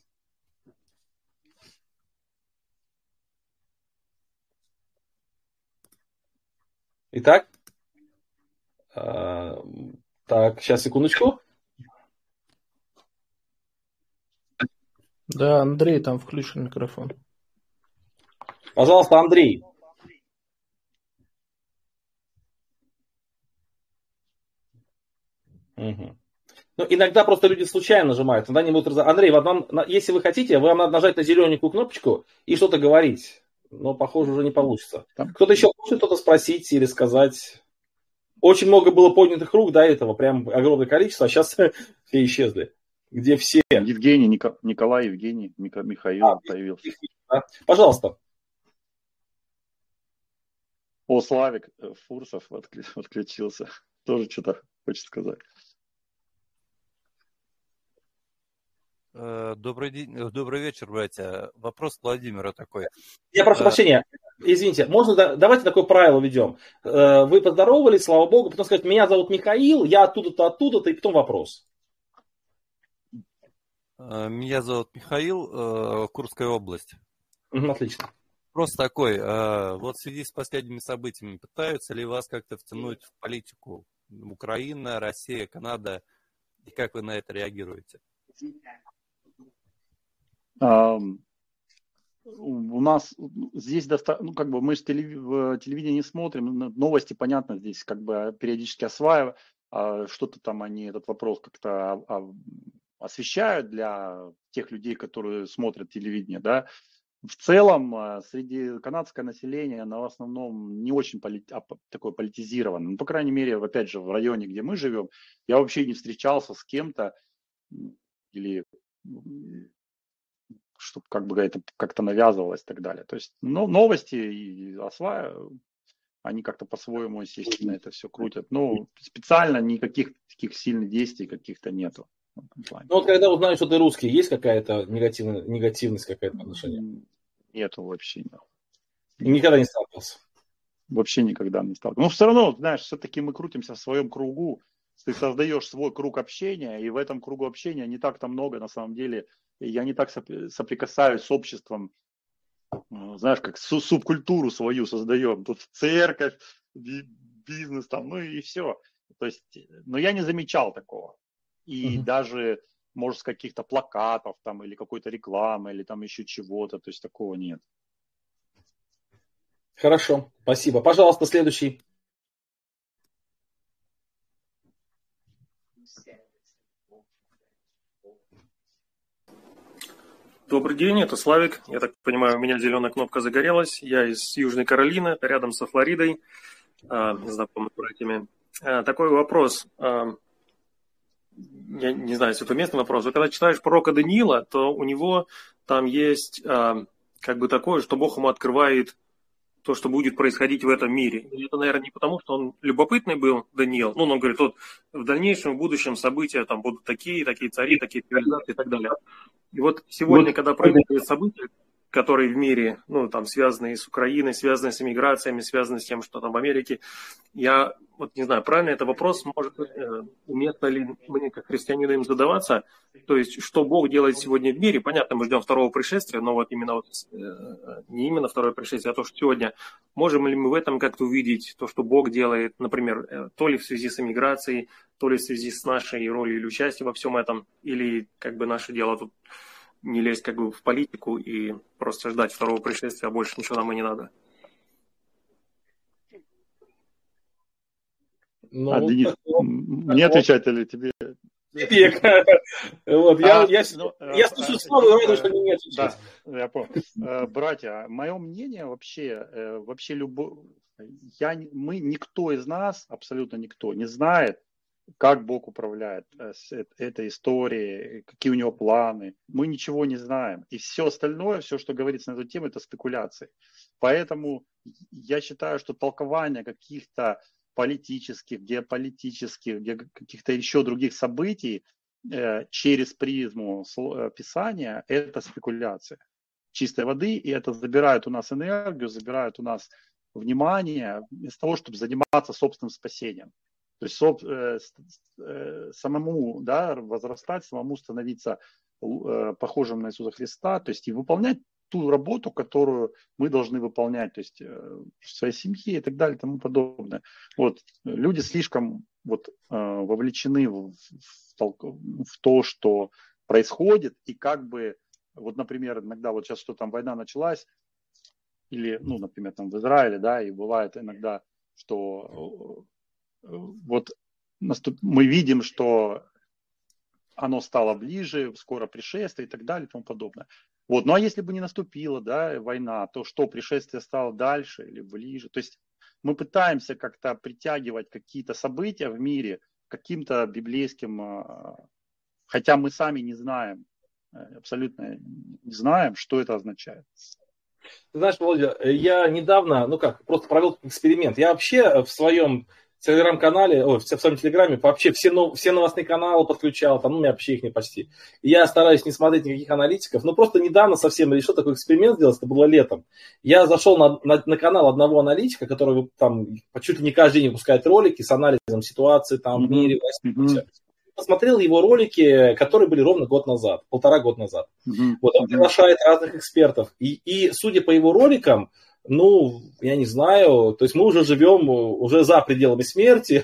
Итак, сейчас, секундочку. Да, Андрей, там включен микрофон. Пожалуйста, Андрей. Угу. Иногда просто люди случайно нажимают, тогда не будут Андрей, если вы хотите, вам надо нажать на зелененькую кнопочку и что-то говорить. Но, похоже, уже не получится. Кто-то еще хочет что-то спросить или сказать? Очень много было поднятых рук до этого, прям огромное количество, а сейчас все исчезли. Где все? Евгений, Николай, Евгений, Михаил появился. Да. Пожалуйста. Славик Фурсов отключился. Тоже что-то хочет сказать. Добрый вечер, братья. Вопрос к Владимиру такой. Я прошу прощения. Извините, давайте такое правило ведем. Вы поздоровались, слава богу, потом сказать, меня зовут Михаил, я оттуда-то, и потом вопрос. Меня зовут Михаил, Курская область. Отлично. Вопрос такой. Вот в связи с последними событиями, пытаются ли вас как-то втянуть в политику? Украина, Россия, Канада. И как вы на это реагируете? У нас здесь мы же телевидение не смотрим, новости, понятно, здесь как бы периодически осваиваем, что-то там они этот вопрос как-то освещают для тех людей, которые смотрят телевидение, да. В целом, среди канадского населения, оно в основном не очень такое политизировано. Ну, по крайней мере, опять же, в районе, где мы живем, я вообще не встречался с кем-то, или чтобы как бы это как-то навязывалось и так далее. То есть новости и осваивают, они как-то по-своему, естественно, это все крутят. Но специально никаких таких сильных действий каких-то нету. Когда узнают, что ты русский, есть какая-то негативность, какая-то отношение? Нету вообще. И никогда не сталкивался? Вообще никогда не сталкивался. Но все равно, знаешь, все-таки мы крутимся в своем кругу. Ты создаешь свой круг общения, и в этом кругу общения не так-то много, на самом деле. Я не так соприкасаюсь с обществом, знаешь, как субкультуру свою создаем. Тут церковь, бизнес там, и все. То есть, но я не замечал такого. И даже, может, с каких-то плакатов там, или какой-то рекламы, или там еще чего-то, то есть такого нет. Хорошо, спасибо. Пожалуйста, следующий. Добрый день, это Славик. Я так понимаю, у меня зеленая кнопка загорелась. Я из Южной Каролины, рядом со Флоридой, знакомы с братьями. Такой вопрос. Я не знаю, если это уместный вопрос. Когда читаешь пророка Даниила, то у него там есть как бы такое, что Бог ему открывает то, что будет происходить в этом мире. И это, наверное, не потому, что он любопытный был, Даниил. Ну, он говорит, вот в дальнейшем, в будущем события там будут такие цари, такие цивилизации и так далее. И вот сегодня, когда происходят события, которые в мире, ну, там, связанные с Украиной, связанные с иммиграциями, связанные с тем, что там в Америке, я вот не знаю, правильно это вопрос, может быть, уместно ли мне как христианину им задаваться, то есть, что Бог делает сегодня в мире, понятно, мы ждем второго пришествия, но вот именно не именно второе пришествие, а то, что сегодня, можем ли мы в этом как-то увидеть то, что Бог делает, например, то ли в связи с иммиграцией, то ли в связи с нашей ролью или участием во всем этом, или как бы наше дело тут не лезть как бы в политику и просто ждать второго пришествия, а больше ничего нам и не надо. Ну, Денис, мне отвечать или тебе? Вот, я слышу слово и рад, что не отвечать. Да, я понял. Братья, мое мнение вообще никто из нас, абсолютно никто, не знает, как Бог управляет этой историей, какие у него планы. Мы ничего не знаем. И все остальное, все, что говорится на эту тему, это спекуляции. Поэтому я считаю, что толкование каких-то политических, геополитических, каких-то еще других событий через призму Писания – это спекуляция чистой воды, и это забирает у нас энергию, забирает у нас внимание, вместо того, чтобы заниматься собственным спасением. То есть самому возрастать, самому становиться похожим на Иисуса Христа, то есть и выполнять ту работу, которую мы должны выполнять, то есть в своей семье и так далее и тому подобное. Вот. Люди слишком вовлечены в то, что происходит, и как бы, вот, например, иногда вот сейчас, что там война началась, или, ну, например, там в Израиле, да, и бывает иногда, что вот мы видим, что оно стало ближе, скоро пришествие и так далее и тому подобное. Вот. Ну а если бы не наступила, да, война, то что, пришествие стало дальше или ближе? То есть мы пытаемся как-то притягивать какие-то события в мире каким-то библейским, хотя мы сами не знаем, абсолютно не знаем, что это означает. Ты знаешь, Володя, я недавно, просто провел эксперимент. Я вообще в своем телеграм-канале, в своем телеграме вообще все новостные каналы подключал, там, у меня вообще их не почти. И я стараюсь не смотреть никаких аналитиков, но просто недавно совсем решил такой эксперимент сделать, это было летом. Я зашел на канал одного аналитика, который там чуть ли не каждый день выпускает ролики с анализом ситуации там в мире, посмотрел его ролики, которые были ровно год назад, 1,5 года назад. Вот, он приглашает разных экспертов. И судя по его роликам, ну, я не знаю, то есть мы уже живем уже за пределами смерти,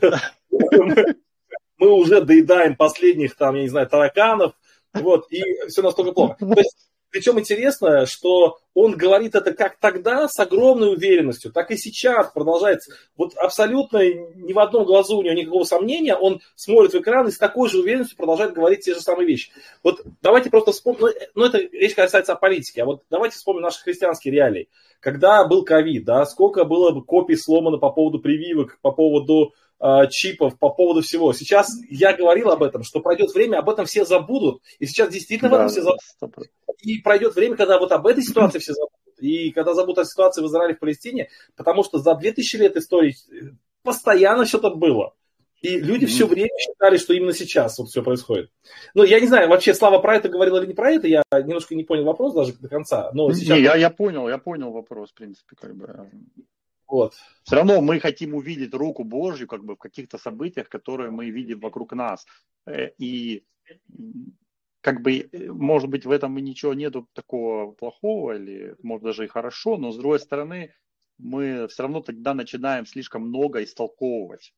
мы уже доедаем последних, там, я не знаю, тараканов, вот, и все настолько плохо. То есть, причем интересно, что он говорит это как тогда с огромной уверенностью, так и сейчас продолжается. Вот абсолютно ни в одном глазу у него никакого сомнения, он смотрит в экран и с такой же уверенностью продолжает говорить те же самые вещи. Вот давайте просто вспомним, ну это речь касается политики, а вот давайте вспомним наши христианские реалии. Когда был ковид, да, сколько было бы копий сломано по поводу прививок, по поводу чипов, по поводу всего. Сейчас я говорил об этом, что пройдет время, об этом все забудут. И сейчас действительно об этом все забудут. И пройдет время, когда вот об этой ситуации все забудут. И когда забудут о ситуации в Израиле, в Палестине, потому что за 2000 лет истории постоянно что-то было. И люди все время считали, что именно сейчас вот все происходит. Ну, я не знаю, вообще Слава про это говорил или не про это, я немножко не понял вопрос даже до конца. Но сейчас... я понял вопрос, в принципе, как бы. Вот. Все равно мы хотим увидеть руку Божью как бы в каких-то событиях, которые мы видим вокруг нас. И как бы, может быть, в этом и ничего нету такого плохого, или может даже и хорошо, но с другой стороны, мы все равно тогда начинаем слишком много истолковывать.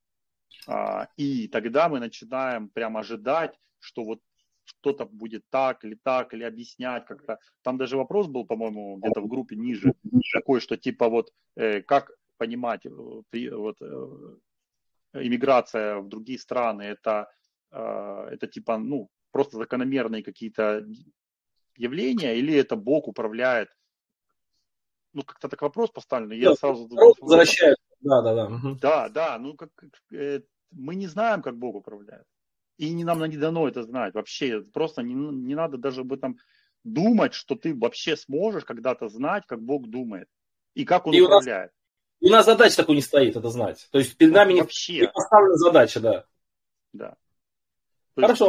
И тогда мы начинаем прям ожидать, что вот что-то будет так, или объяснять как-то. Там даже вопрос был, по-моему, где-то в группе ниже, такой, что типа вот как понимать вот иммиграция в другие страны, это типа, ну, просто закономерные какие-то явления, или это Бог управляет? Ну, как-то так вопрос поставлен, и я сразу... Возвращаюсь. Да, ну, мы не знаем, как Бог управляет. И нам не дано это знать вообще. Просто не надо даже об этом думать, что ты вообще сможешь когда-то знать, как Бог думает и как Он управляет. У нас задача такой не стоит, это знать. То есть перед нами не поставлена задача, да. Да. Хорошо.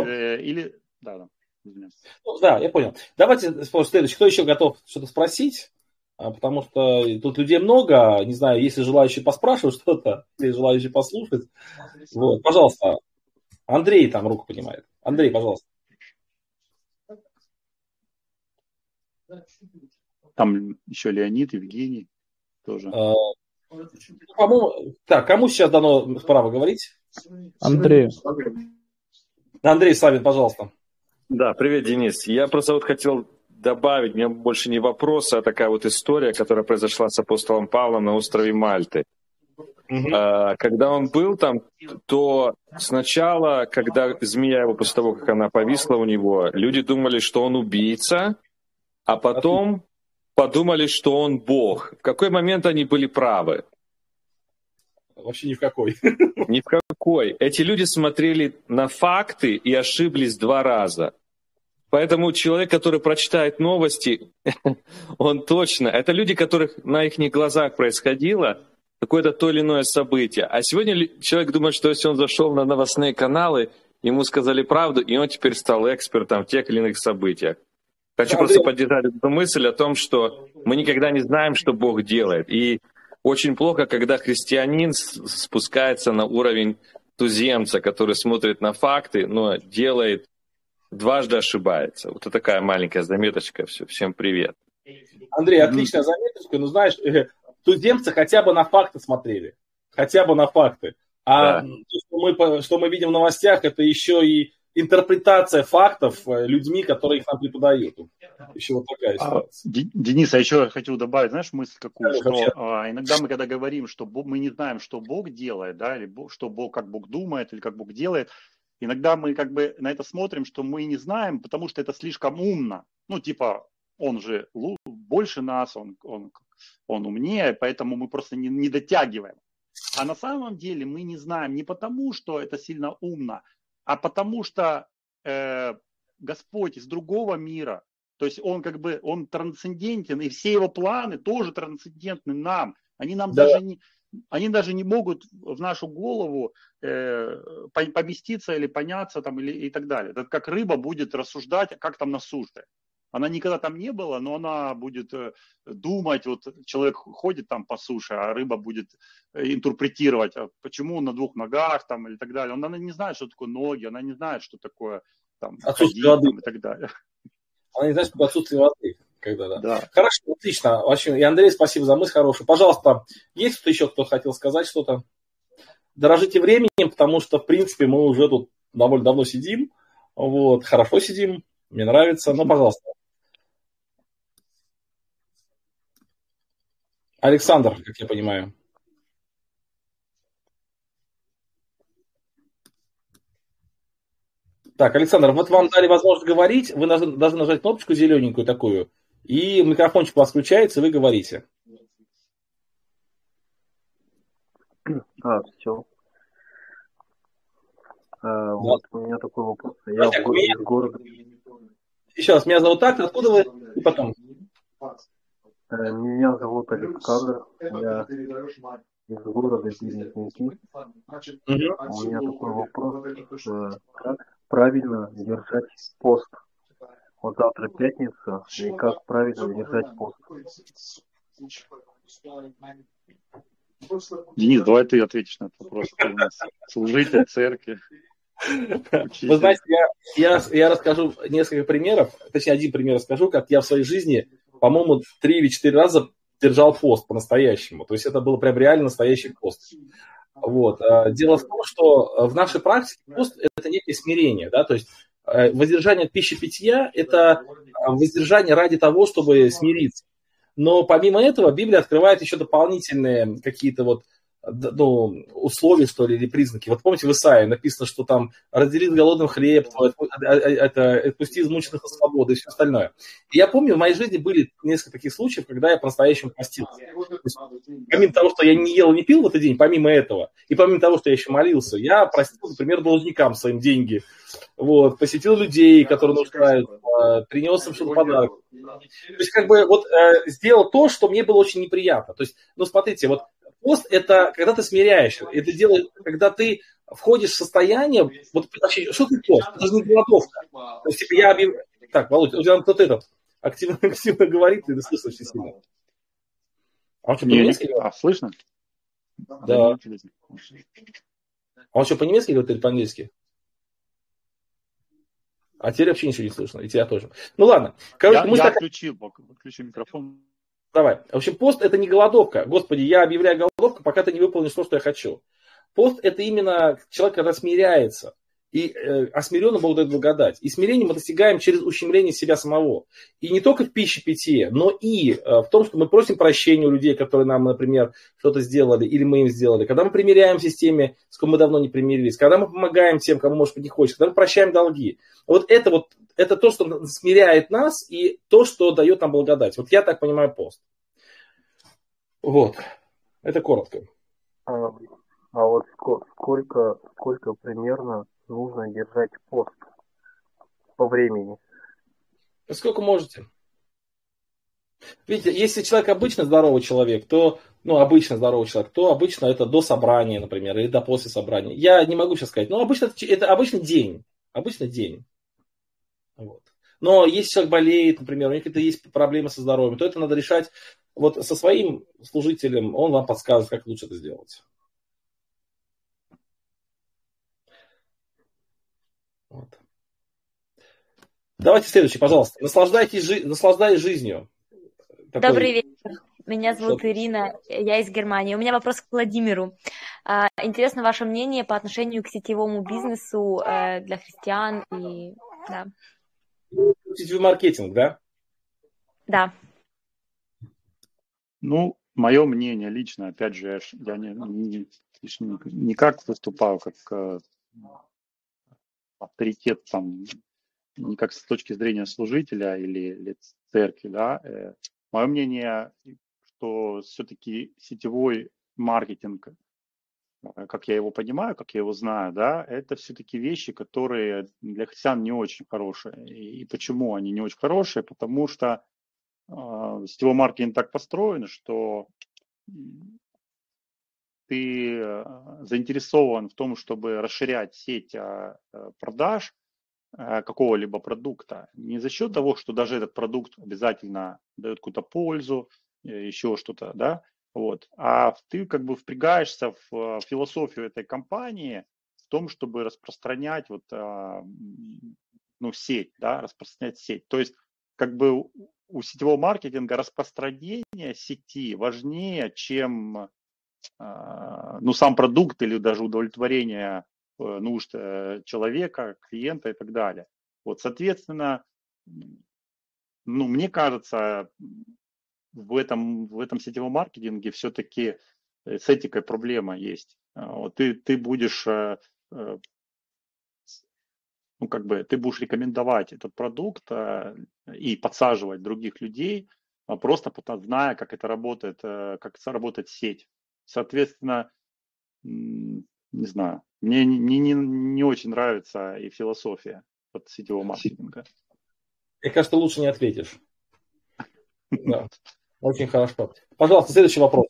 Да, я понял. Давайте следующий. Кто еще готов что-то спросить? Потому что тут людей много. Не знаю, если желающие поспрашивать что-то, если желающие послушать. Вот, пожалуйста. Андрей там руку поднимает. Андрей, пожалуйста. Там еще Леонид, Евгений тоже. По-моему, так, кому сейчас дано право говорить? Андрею. Андрей Савин, пожалуйста. Да, привет, Денис. Я просто вот хотел добавить, у меня больше не вопрос, а такая вот история, которая произошла с апостолом Павлом на острове Мальты. Когда он был там, то сначала, когда змея его, после того, как она повисла у него, люди думали, что он убийца, а потом подумали, что он Бог. В какой момент они были правы? Вообще ни в какой. Ни в какой. Эти люди смотрели на факты и ошиблись 2 раза. Поэтому человек, который прочитает новости, он точно... Это люди, которых на их глазах происходило какое-то то или иное событие. А сегодня человек думает, что если он зашел на новостные каналы, ему сказали правду, и он теперь стал экспертом в тех или иных событиях. Хочу просто поддержать эту мысль о том, что мы никогда не знаем, что Бог делает. И очень плохо, когда христианин спускается на уровень туземца, который смотрит на факты, но делает, дважды ошибается. Вот такая маленькая заметочка. Всем привет. Андрей, отличная заметочка. Ну, знаешь, туземцы хотя бы на факты смотрели. Хотя бы на факты. А да. Что мы видим в новостях, это еще и интерпретация фактов людьми, которые их нам преподают. Еще вот такая ситуация. Денис, а еще я хочу добавить, знаешь, мысль какую, что иногда мы, когда говорим, что мы не знаем, что Бог делает, да, или что Бог, как Бог думает, или как Бог делает, иногда мы как бы на это смотрим, что мы не знаем, потому что это слишком умно. Ну, типа, он же больше нас, он умнее, поэтому мы просто не дотягиваем. А на самом деле мы не знаем не потому, что это сильно умно, а потому что Господь из другого мира, то есть он как бы, он трансцендентен, и все его планы тоже трансцендентны нам. Они нам даже не могут в нашу голову поместиться или поняться там, и так далее. Это как рыба будет рассуждать, как там на суше. Она никогда там не была, но она будет думать, вот человек ходит там по суше, а рыба будет интерпретировать, почему он на 2 ногах там, или так далее. Она не знает, что такое ноги, она не знает, что такое там, ходить там, и так далее. Она не знает, что такое отсутствие воды. Да. Хорошо, отлично. Вообще, и Андрей, спасибо за мысль хорошую. Пожалуйста, есть кто еще, кто хотел сказать что-то? Дорожите временем, потому что, в принципе, мы уже тут довольно давно сидим. Вот, хорошо сидим, мне нравится. Ну, пожалуйста. Александр, как я понимаю. Так, Александр, вот вам дали возможность говорить, вы должны нажать кнопочку зелененькую такую, и микрофончик у вас включается, и вы говорите. Все. Вот у меня такой вопрос. Я из города. Еще раз, меня зовут так, откуда вы? И потом. Меня зовут Александр, я из города Березники. У меня такой вопрос, как правильно держать пост? Вот завтра пятница, и как правильно держать пост? Денис, давай ты ответишь на этот вопрос. Ты у нас служитель церкви. Вы знаете, я расскажу несколько примеров, точнее, один пример расскажу, как я в своей жизни, по-моему, 3 или 4 раза держал пост по-настоящему. То есть это был прям реально настоящий пост. Вот. Дело в том, что в нашей практике пост – это некое смирение. Да? То есть воздержание от пищи питья – это воздержание ради того, чтобы смириться. Но помимо этого Библия открывает еще дополнительные какие-то вот условий, что ли, или признаки. Вот помните, в Исаии написано, что там раздели голодным хлеб, отпусти измученных на свободу и все остальное. И я помню, в моей жизни были несколько таких случаев, когда я по-настоящему постился. Помимо того, что я не ел и не пил в этот день, помимо этого, и помимо того, что я еще молился, я простил, например, должникам своим деньги, вот, посетил людей, которые нуждаются, принес им что-то подарок. То есть, сделал то, что мне было очень неприятно. То есть, смотрите, вот пост – это когда ты смиряешься. Это делает, когда ты входишь в состояние, вот вообще, что ты пост? Это же не голодовка. То есть, я объявляю... Так, Володя, у тебя кто-то активно говорит, ты слышишь очень сильно. А он что, по-немецки говорит? Слышно? Да. Он что, по-немецки говорит или по-английски? А теперь вообще ничего не слышно, и тебя тоже. Ну ладно. Короче, я отключил микрофон. Давай. В общем, пост – это не голодовка. Господи, я объявляю голодовку, пока ты не выполнишь то, что я хочу. Пост – это именно человек, когда смиряется. И смиренному Бог дает благодать. И смирение мы достигаем через ущемление себя самого. И не только в пище, питье, но и в том, что мы просим прощения у людей, которые нам, например, что-то сделали, или мы им сделали. Когда мы примиряемся с теми, с кем мы давно не примирились. Когда мы помогаем тем, кому, может быть, не хочется. Когда мы прощаем долги. Вот это то, что смиряет нас, и то, что дает нам благодать. Вот я так понимаю пост. Вот. Это коротко. А вот сколько примерно нужно держать пост по времени? Сколько можете. Видите, если человек обычно здоровый человек, то обычно это до собрания, например, или до после собрания. Я не могу сейчас сказать, но обычно это обычный день. Обычный день. Вот. Но если человек болеет, например, у них какие-то есть проблемы со здоровьем, то это надо решать вот со своим служителем, он вам подскажет, как лучше это сделать. Вот. Давайте следующий, пожалуйста. Наслаждаясь жизнью. Добрый вечер. Меня зовут Ирина, я из Германии. У меня вопрос к Владимиру. Интересно ваше мнение по отношению к сетевому бизнесу для христиан и да. Сетевой маркетинг, да? Да. Ну, мое мнение лично, опять же, я не как выступаю, как авторитет, там, не как с точки зрения служителя или церкви, да. Мое мнение, что все-таки сетевой маркетинг, как я его понимаю, как я его знаю, да, это все-таки вещи, которые для христиан не очень хорошие. И почему они не очень хорошие? Потому что сетевой маркетинг так построен, что ты заинтересован в том, чтобы расширять сеть продаж какого-либо продукта. Не за счет того, что даже этот продукт обязательно дает какую-то пользу, еще что-то, да, вот. А ты как бы впрягаешься в философию этой компании в том, чтобы распространять сеть, да, распространять сеть. То есть как бы у сетевого маркетинга распространение сети важнее, чем сам продукт или даже удовлетворение нужд человека, клиента и так далее. Вот, соответственно, мне кажется, в этом сетевом маркетинге все-таки с этикой проблема есть. Вот, ты будешь ты будешь рекомендовать этот продукт и подсаживать других людей, просто зная, как это работает, как работает сеть. Соответственно, не знаю, мне не очень нравится и философия сетевого маркетинга. Мне кажется, лучше не ответишь. Да. Очень хорошо. Пожалуйста, следующий вопрос.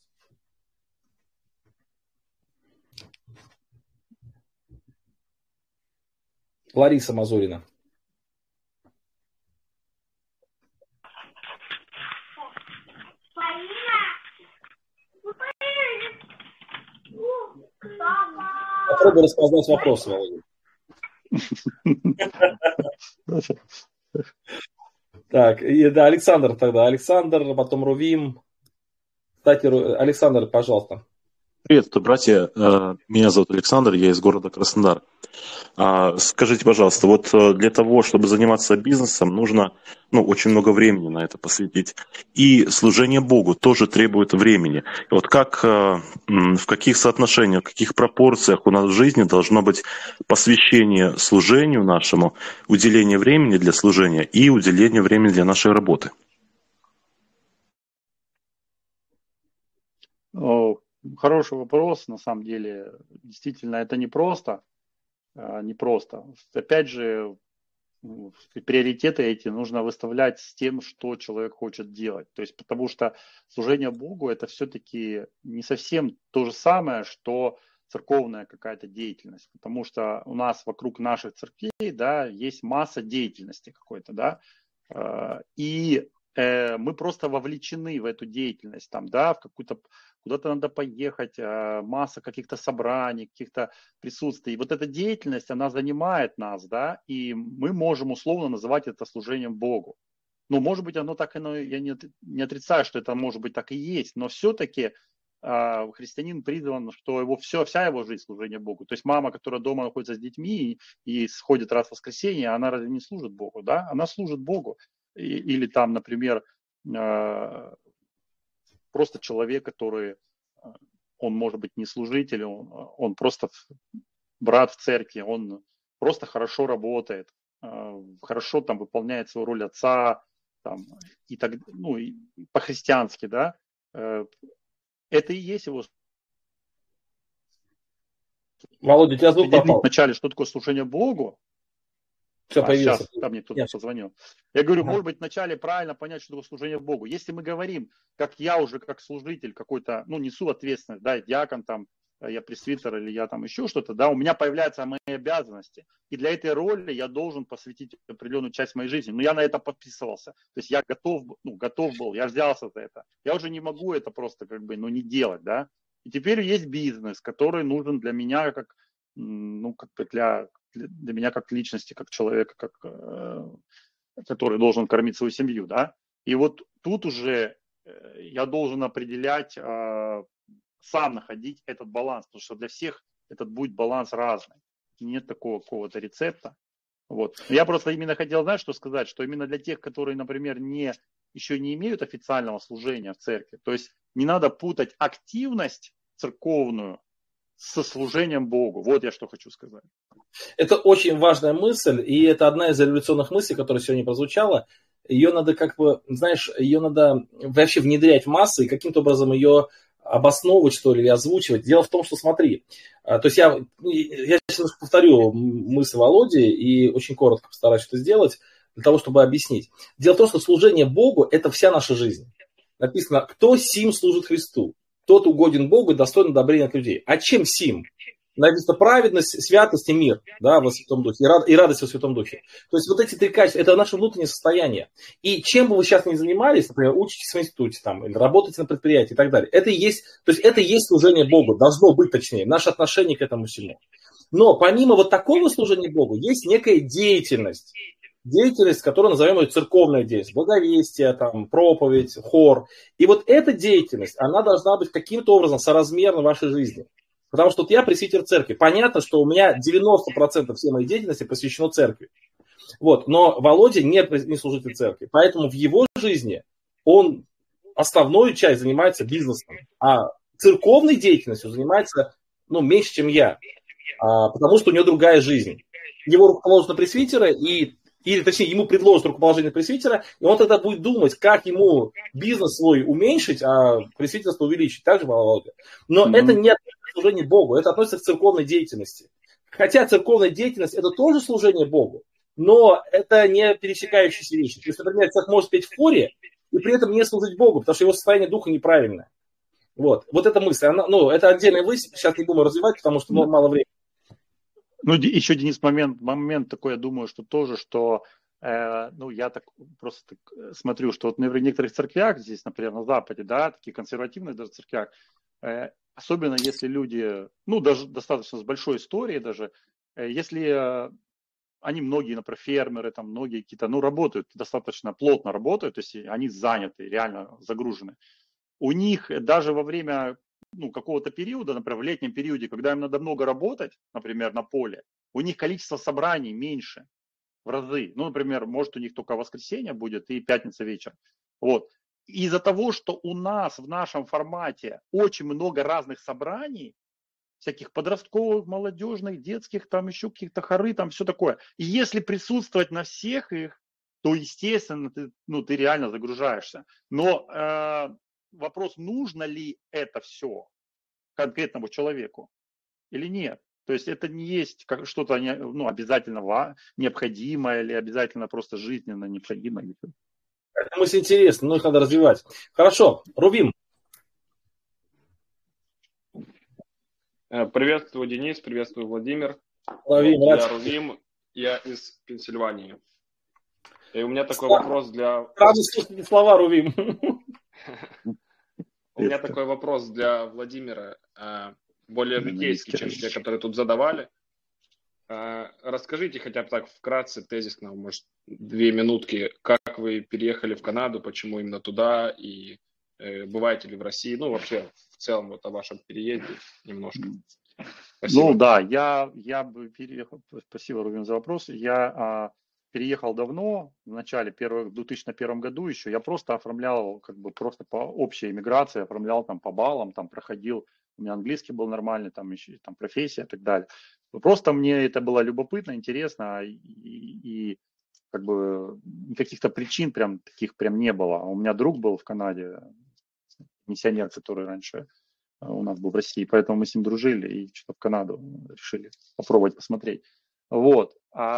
Лариса Мазурина. Попробуй распознать вопрос, Володя. Так, да, Александр тогда. Александр, потом Рувим. Кстати, Александр, пожалуйста. Приветствую, братья. Меня зовут Александр, я из города Краснодар. Скажите, пожалуйста, вот для того, чтобы заниматься бизнесом, нужно очень много времени на это посвятить. И служение Богу тоже требует времени. И вот как, в каких соотношениях, в каких пропорциях у нас в жизни должно быть посвящение служению нашему, уделение времени для служения и уделение времени для нашей работы? Хороший вопрос, на самом деле. Действительно, это непросто. Опять же, приоритеты эти нужно выставлять с тем, что человек хочет делать. То есть, потому что служение Богу это все-таки не совсем то же самое, что церковная какая-то деятельность. Потому что у нас вокруг наших церквей, да, есть масса деятельности какой-то, да, и мы просто вовлечены в эту деятельность, там, да, в какую-то, куда-то надо поехать, масса каких-то собраний, каких-то присутствий. И вот эта деятельность, она занимает нас, да, и мы можем условно называть это служением Богу. Ну, может быть, оно так, я не отрицаю, что это может быть так и есть, но все-таки христианин призван, что вся его жизнь служение Богу. То есть мама, которая дома находится с детьми и сходит раз в воскресенье, она разве не служит Богу, да? Она служит Богу. Или там, например, просто человек, который, он может быть не служитель, он просто брат в церкви, он просто хорошо работает, хорошо там выполняет свою роль отца, там, и так, ну, и по-христиански, да, это и есть его. Володя, у тебя звук пропал. Вначале, что такое служение Богу? Все, появился. Сейчас ко мне кто-то позвонил. Я говорю, может быть, вначале правильно понять, что такое служение Богу. Если мы говорим, как я уже как служитель какой-то, ну, несу ответственность, да, диакон там, я пресвитер или я там еще что-то, да, у меня появляются мои обязанности. И для этой роли я должен посвятить определенную часть моей жизни. Но я на это подписывался. То есть я готов был, я взялся за это. Я уже не могу это просто как бы, не делать, да. И теперь есть бизнес, который нужен для меня как, для меня как личности, как человека, который должен кормить свою семью, да. И вот тут уже я должен определять, сам находить этот баланс, потому что для всех этот будет баланс разный. Нет такого какого-то рецепта. Вот. Я просто именно хотел, знаешь, что сказать, что именно для тех, которые, например, еще не имеют официального служения в церкви, то есть не надо путать активность церковную со служением Богу. Вот я что хочу сказать. Это очень важная мысль, и это одна из революционных мыслей, которая сегодня прозвучала. Ее надо ее надо вообще внедрять в массы и каким-то образом ее обосновывать, что ли, или озвучивать. Дело в том, что смотри, то есть я сейчас повторю мысль Володи и очень коротко постараюсь это сделать, для того, чтобы объяснить. Дело в том, что служение Богу – это вся наша жизнь. Написано, кто сим служит Христу, тот угоден Богу и достоин одобрения от людей. А чем сим? Написано праведность, святость и мир, да, во Святом Духе, и радость во Святом Духе. То есть вот эти три качества, это наше внутреннее состояние. И чем бы вы сейчас ни занимались, например, учитесь в институте, там, или работаете на предприятии и так далее, это и есть служение Богу, должно быть точнее, наше отношение к этому всему. Но помимо вот такого служения Богу, есть некая деятельность, которую назовем ее церковная деятельность, благовестие, там, проповедь, хор. И вот эта деятельность, она должна быть каким-то образом соразмерна вашей жизни. Потому что вот я пресвитер церкви. Понятно, что у меня 90% всей моей деятельности посвящено церкви. Вот. Но Володя не служитель церкви. Поэтому в его жизни он основную часть занимается бизнесом. А церковной деятельностью занимается меньше, чем я. Потому что у него другая жизнь. Его руководят на пресвитера, или точнее, ему предложат руководитель пресвитера, и он тогда будет думать, как ему бизнес свой уменьшить, а пресвитерство увеличить. Так же, Володя? Но это не служение Богу, это относится к церковной деятельности. Хотя церковная деятельность это тоже служение Богу, но это не пересекающиеся вещи. То есть, например, человек может петь в хоре и при этом не служить Богу, потому что его состояние духа неправильное. Вот эта мысль, это отдельная мысль, сейчас не будем развивать, потому что мало времени. Еще, Денис, момент такой, я думаю, что тоже, что я так просто смотрю, что вот, например, в некоторых церквях, здесь, например, на Западе, да, такие консервативные даже церквях, особенно если люди, даже достаточно с большой историей даже, если они многие, например, фермеры, там многие какие-то, работают, достаточно плотно работают, то есть они заняты, реально загружены. У них даже во время какого-то периода, например, в летнем периоде, когда им надо много работать, например, на поле, у них количество собраний меньше в разы. Ну, например, может у них только воскресенье будет и пятница вечер. Вот. Из-за того, что у нас в нашем формате очень много разных собраний, всяких подростковых, молодежных, детских, там еще каких-то хоры, там все такое. И если присутствовать на всех их, то, естественно, ты реально загружаешься. Но вопрос, нужно ли это все конкретному человеку или нет. То есть это не есть что-то обязательно необходимое или обязательно просто жизненно необходимое. Это мысль интересна, но их надо развивать. Хорошо, Рувим. Приветствую, Денис, приветствую, Владимир. Я Рувим, я из Пенсильвании. И у меня такой вопрос для... Сразу слушайте слова, Рувим. У меня такой вопрос для Владимира, более житейский, чем те, которые тут задавали. Расскажите хотя бы так вкратце, тезисно, может, 2 минутки, как вы переехали в Канаду, почему именно туда, и бываете ли в России, ну, вообще, в целом, вот о вашем переезде немножко. Спасибо. Ну, да, я бы переехал, спасибо, Рубин, за вопрос, я переехал давно, в начале, в 2001 году еще, я просто оформлял, просто по общей иммиграции, оформлял там по баллам, там проходил, у меня английский был нормальный, там еще там профессия и так далее. Просто мне это было любопытно, интересно, и каких-то причин таких не было. У меня друг был в Канаде, миссионер, который раньше у нас был в России, поэтому мы с ним дружили и что-то в Канаду решили попробовать посмотреть. Вот.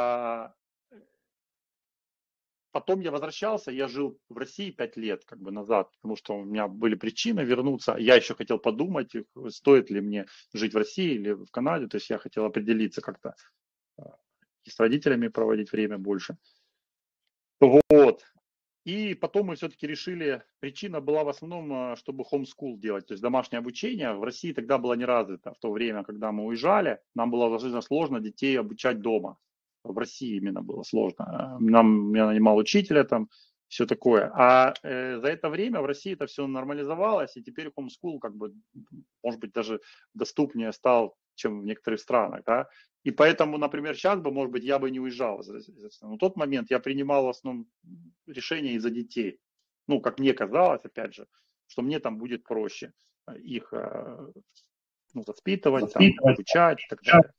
Потом я возвращался, я жил в России 5 лет назад, потому что у меня были причины вернуться. Я еще хотел подумать, стоит ли мне жить в России или в Канаде. То есть я хотел определиться как-то и с родителями проводить время больше. Вот. И потом мы все-таки решили, причина была в основном, чтобы homeschool делать, то есть домашнее обучение. В России тогда было не развито. В то время, когда мы уезжали, нам было достаточно сложно детей обучать дома. В России именно было сложно. Я нанимал учителя там, все такое. А за это время в России это все нормализовалось, и теперь homeschool может быть, даже доступнее стал, чем в некоторых странах. Да? И поэтому, например, сейчас бы, может быть, я бы не уезжал. Но в тот момент я принимал в основном решения из-за детей. Ну, как мне казалось, опять же, что мне там будет проще их воспитывать, обучать и так далее.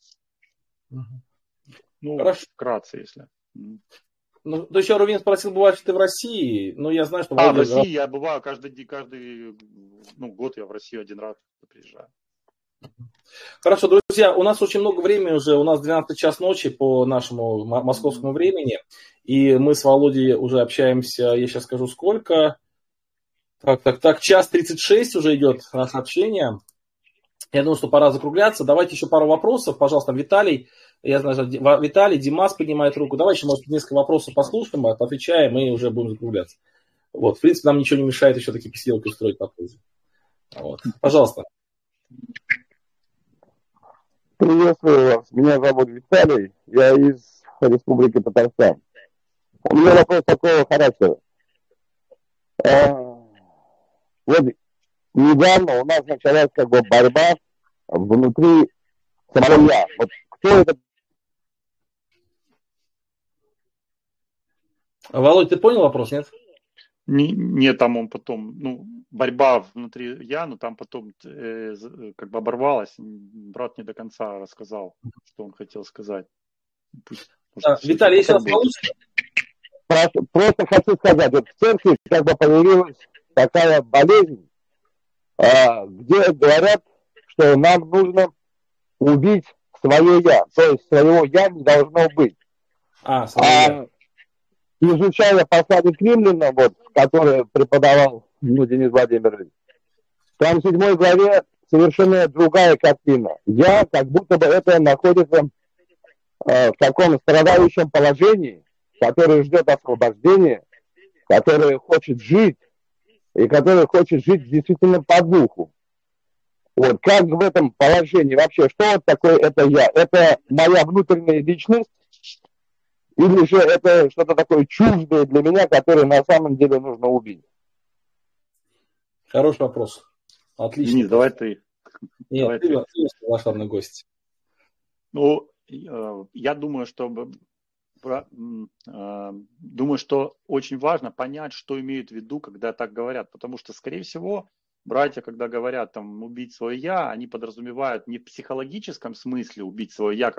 Ну, хорошо. Вкратце, если. Ну, то еще Рувин спросил, бываешь ли ты в России? Ну, я знаю, что... в России я бываю каждый год я в Россию 1 раз приезжаю. Хорошо, друзья, у нас очень много времени уже, у нас 12 час ночи по нашему московскому времени, и мы с Володей уже общаемся, я сейчас скажу сколько. Так, час 36 уже идет наше общение. Я думаю, что пора закругляться. Давайте еще пару вопросов, пожалуйста, Виталий. Я знаю, Виталий, Димас поднимает руку. Давай еще, может, несколько вопросов послушаем, отвечаем, и уже будем закругляться. Вот, в принципе, нам ничего не мешает еще такие посиделки устроить попозже. Вот. Пожалуйста. Приветствую вас. Меня зовут Виталий. Я из Республики Татарстан. У меня вопрос такого характера. Вот недавно у нас началась борьба внутри самого я. Вот кто это? Володь, ты понял вопрос, нет? Нет, там он потом, борьба внутри я, но там потом оборвалась. Брат не до конца рассказал, что он хотел сказать. Виталий, если вас получится. Просто хочу сказать, вот в церкви появилась такая болезнь, где говорят, что нам нужно убить свое я. То есть своего я не должно быть. Изучая послание к римлянам, которое преподавал Денис Владимирович, там в 7 главе совершенно другая картина. Я как будто бы это находится в таком страдающем положении, который ждет освобождения, который хочет жить, и который хочет жить действительно по духу. Вот как в этом положении вообще, что такое это я? Это моя внутренняя личность? Или же это что-то такое чуждое для меня, которое на самом деле нужно убить? Хороший вопрос. Отлично. Денис, давай ты. Нет, ты приглашенный гость. Ну, я думаю, что очень важно понять, что имеют в виду, когда так говорят. Потому что, скорее всего, братья, когда говорят там убить свое я, они подразумевают не в психологическом смысле убить свое я,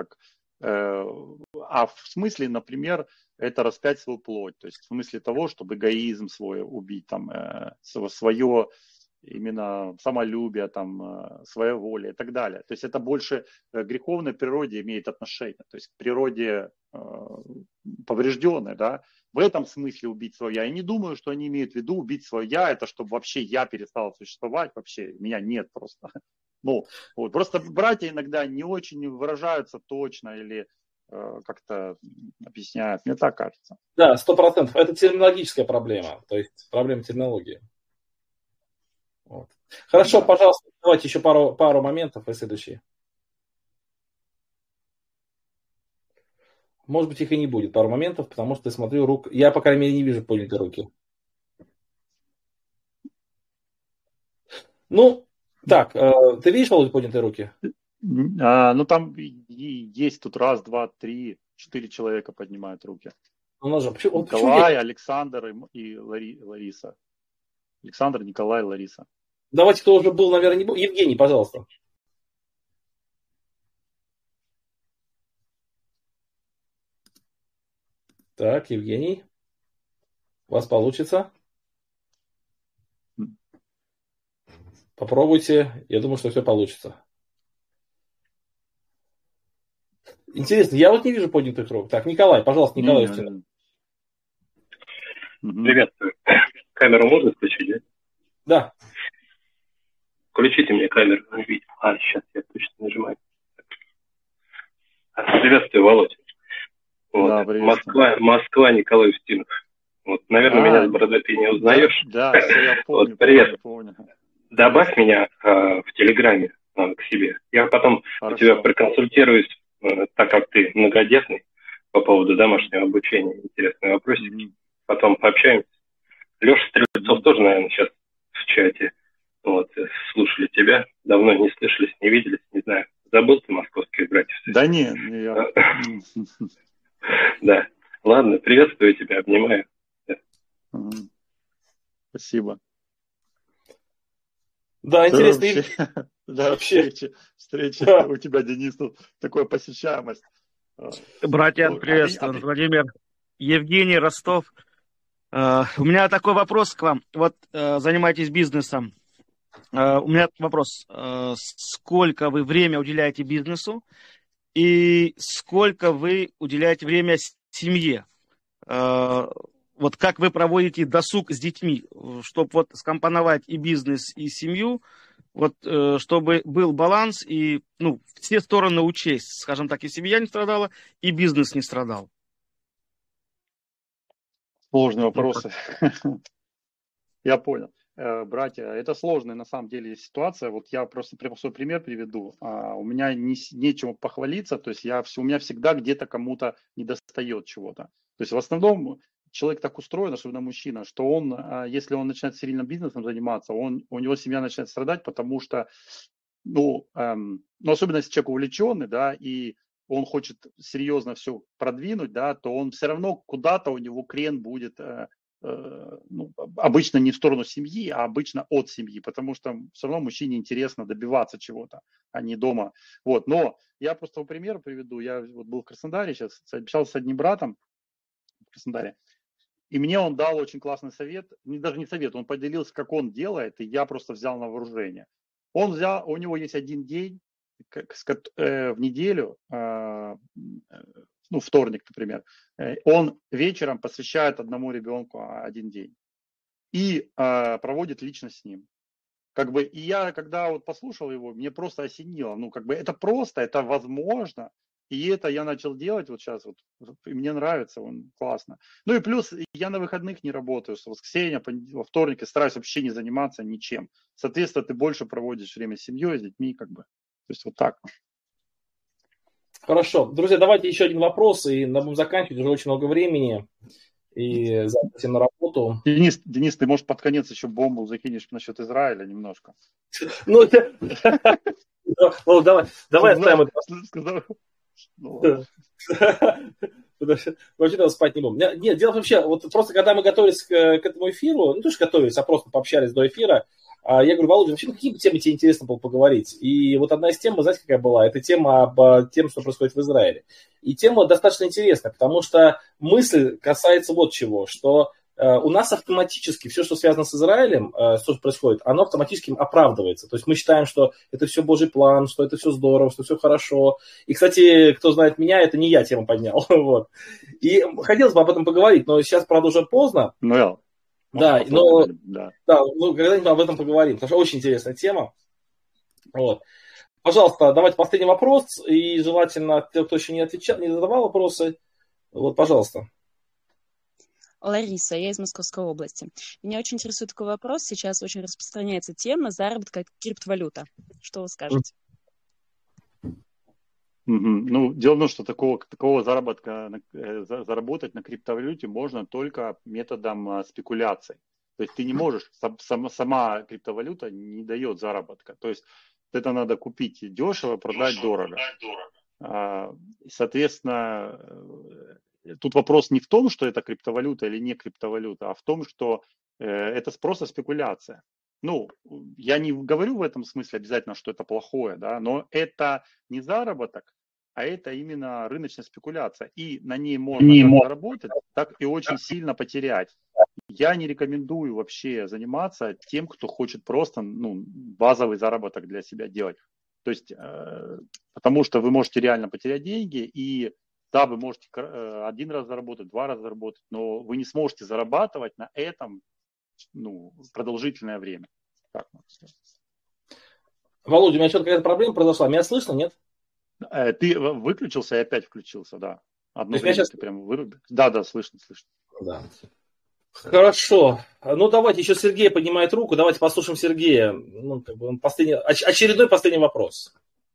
а в смысле, например, это распять свою плоть. То есть в смысле того, чтобы эгоизм свой убить, там, свое именно самолюбие, там, своя воля и так далее. То есть это больше к греховной природе имеет отношение, то есть к природе поврежденной, да. В этом смысле убить свое я. Я не думаю, что они имеют в виду убить свое я, это чтобы вообще я перестал существовать, вообще меня нет просто. Ну, вот. Просто братья иногда не очень выражаются точно или как-то объясняют, мне так кажется. Да, 100%. Это терминологическая проблема, то есть проблема терминологии. Вот. Хорошо, да. Пожалуйста, давайте еще пару моментов и следующие. Может быть, их и не будет, пару моментов, потому что я смотрю рук. Я, по крайней мере, не вижу поднятой руки. Ну, так, ты видишь, Володя, поднятые руки? Ну, там есть тут 1, 2, 3, 4 человека поднимают руки. Николай, Александр и Лариса. Александр, Николай, Лариса. Давайте, кто уже был, наверное, не был. Евгений, пожалуйста. Так, Евгений. У вас получится. Попробуйте. Я думаю, что все получится. Интересно, я вот не вижу поднятых рук. Так, Николай, пожалуйста, Николай. Приветствую. Камеру можно включить, да? Да. Включите мне камеру. Сейчас я точно нажимаю. Приветствую, Володя. Вот. Да, Москва, Николай Устинов. Вот, наверное, меня с бороды ты не узнаешь. Да, я помню. Вот, привет. Помню. Добавь меня в Телеграме к себе. Я потом у тебя проконсультируюсь, так как ты многодетный, по поводу домашнего обучения. Интересные вопросики. Потом пообщаемся. Леша Стрельцов тоже, наверное, сейчас в чате. Вот, слушали тебя. Давно не слышались, не виделись, не знаю. Забыл ты московских братьев? Да нет, я... Да. Ладно, приветствую тебя, обнимаю. Спасибо. Да, интересно. Да, встреча у тебя, Денис, тут такая посещаемость. Братья, приветствую. Владимир, Евгений, Ростов. У меня такой вопрос к вам. Вот занимаетесь бизнесом. У меня вопрос. Сколько вы время уделяете бизнесу и сколько вы уделяете время семье? Вот как вы проводите досуг с детьми, чтобы вот скомпоновать и бизнес, и семью, вот чтобы был баланс и все стороны учесть, скажем так, и семья не страдала, и бизнес не страдал. Сложные вопросы. Я понял. Братья, это сложная на самом деле ситуация. Вот я просто свой пример приведу. У меня нечему похвалиться, то есть у меня всегда где-то кому-то недостает чего-то. То есть в основном человек так устроен, особенно мужчина, что он, если он начинает серийным бизнесом заниматься, у него семья начинает страдать, потому что, особенно если человек увлеченный, да, и он хочет серьезно все продвинуть, да, то он все равно куда-то у него крен будет, обычно не в сторону семьи, а обычно от семьи, потому что все равно мужчине интересно добиваться чего-то, а не дома. Вот, но я просто пример приведу. Я вот был в Краснодаре сейчас, общался с одним братом в Краснодаре, и мне он дал очень классный совет, даже не совет, он поделился, как он делает, и я просто взял на вооружение. У него есть один день в неделю, вторник, например, он вечером посвящает одному ребенку один день и проводит лично с ним. И я, когда вот послушал его, мне просто осенило. Это просто, это возможно. И это я начал делать вот сейчас, и мне нравится, он классно. Ну и плюс я на выходных не работаю, с воскресенья, во вторник я стараюсь вообще не заниматься ничем. Соответственно, ты больше проводишь время с семьей, с детьми, То есть вот так. Хорошо. Друзья, давайте еще один вопрос, и будем заканчивать, уже очень много времени. и записи на работу. Денис, ты, может, под конец еще бомбу закинешь насчет Израиля немножко? Ну, давай оставим это. Вообще там спать не будем. Нет, дело вообще, вот просто когда мы готовились к этому эфиру, не то что готовились, а просто пообщались до эфира, я говорю, Володя, вообще какие темы тебе интересно было поговорить? И вот одна из тем, вы знаете, какая была? Это тема об тем, что происходит в Израиле. И тема достаточно интересная, потому что мысль касается вот чего, что у нас автоматически все, что связано с Израилем, что происходит, оно автоматически оправдывается. То есть мы считаем, что это все Божий план, что это все здорово, что все хорошо. И, кстати, кто знает меня, это не я тему поднял. Вот. И хотелось бы об этом поговорить, но сейчас, правда, уже поздно. Да, но когда-нибудь об этом поговорим, потому что очень интересная тема. Вот. Пожалуйста, давайте последний вопрос, и желательно те, кто еще не отвечал, не задавал вопросы, вот, пожалуйста. Лариса, я из Московской области. Меня очень интересует такой вопрос. Сейчас очень распространяется тема заработка криптовалюта. Что вы скажете? Ну, дело в том, что такого заработка, заработать на криптовалюте можно только методом спекуляций. То есть ты не можешь, сама криптовалюта не дает заработка. То есть это надо купить дешево, продать дорого. Соответственно, тут вопрос не в том, что это криптовалюта или не криптовалюта, а в том, что это просто спекуляция. Ну, я не говорю в этом смысле обязательно, что это плохое, да, но это не заработок, а это именно рыночная спекуляция. И на ней можно как заработать, так и очень сильно потерять. Я не рекомендую вообще заниматься тем, кто хочет просто базовый заработок для себя делать. То есть, потому что вы можете реально потерять деньги, и да, вы можете один раз заработать, 2 раза заработать, но вы не сможете зарабатывать на этом продолжительное время. Так, Володя, у меня что-то какая-то проблема произошла. Меня слышно, нет? Ты выключился и опять включился, да. Одно время сейчас... ты прям вырубил. Да, слышно. Да. Хорошо. Ну, давайте, еще Сергей поднимает руку. Давайте послушаем Сергея. Очередной последний вопрос.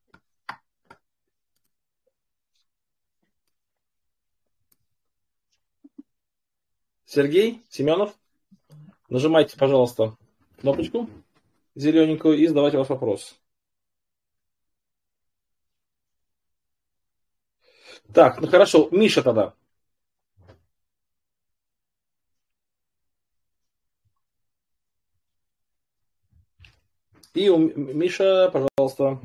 Сергей Семенов, нажимайте, пожалуйста, кнопочку зелененькую и задавайте ваш вопрос. Так, ну хорошо, Миша тогда. И Миша, пожалуйста.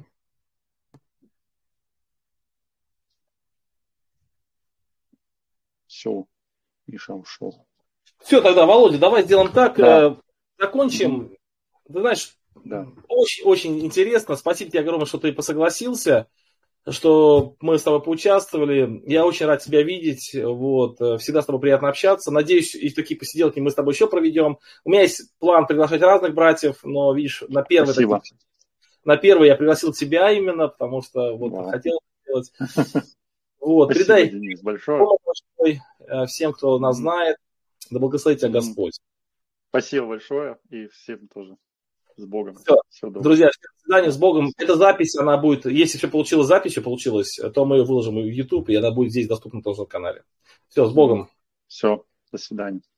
Все, Миша ушел. Все, тогда, Володя, давай сделаем так. Да. Закончим. Ты знаешь, очень интересно. Спасибо тебе огромное, что ты посогласился, что мы с тобой поучаствовали. Я очень рад тебя видеть. Вот. Всегда с тобой приятно общаться. Надеюсь, и такие посиделки мы с тобой еще проведем. У меня есть план приглашать разных братьев, но, видишь, на первый я пригласил тебя именно, потому что хотел сделать. Вот. Передай Денис, большое всем, кто нас знает. Да благословит тебя Господь. Спасибо большое и всем тоже. С Богом. Все, друзья, до свидания, с Богом. Эта запись, она будет, если все получилось, то мы ее выложим в YouTube, и она будет здесь доступна тоже на канале. Все, с Богом. Все, до свидания.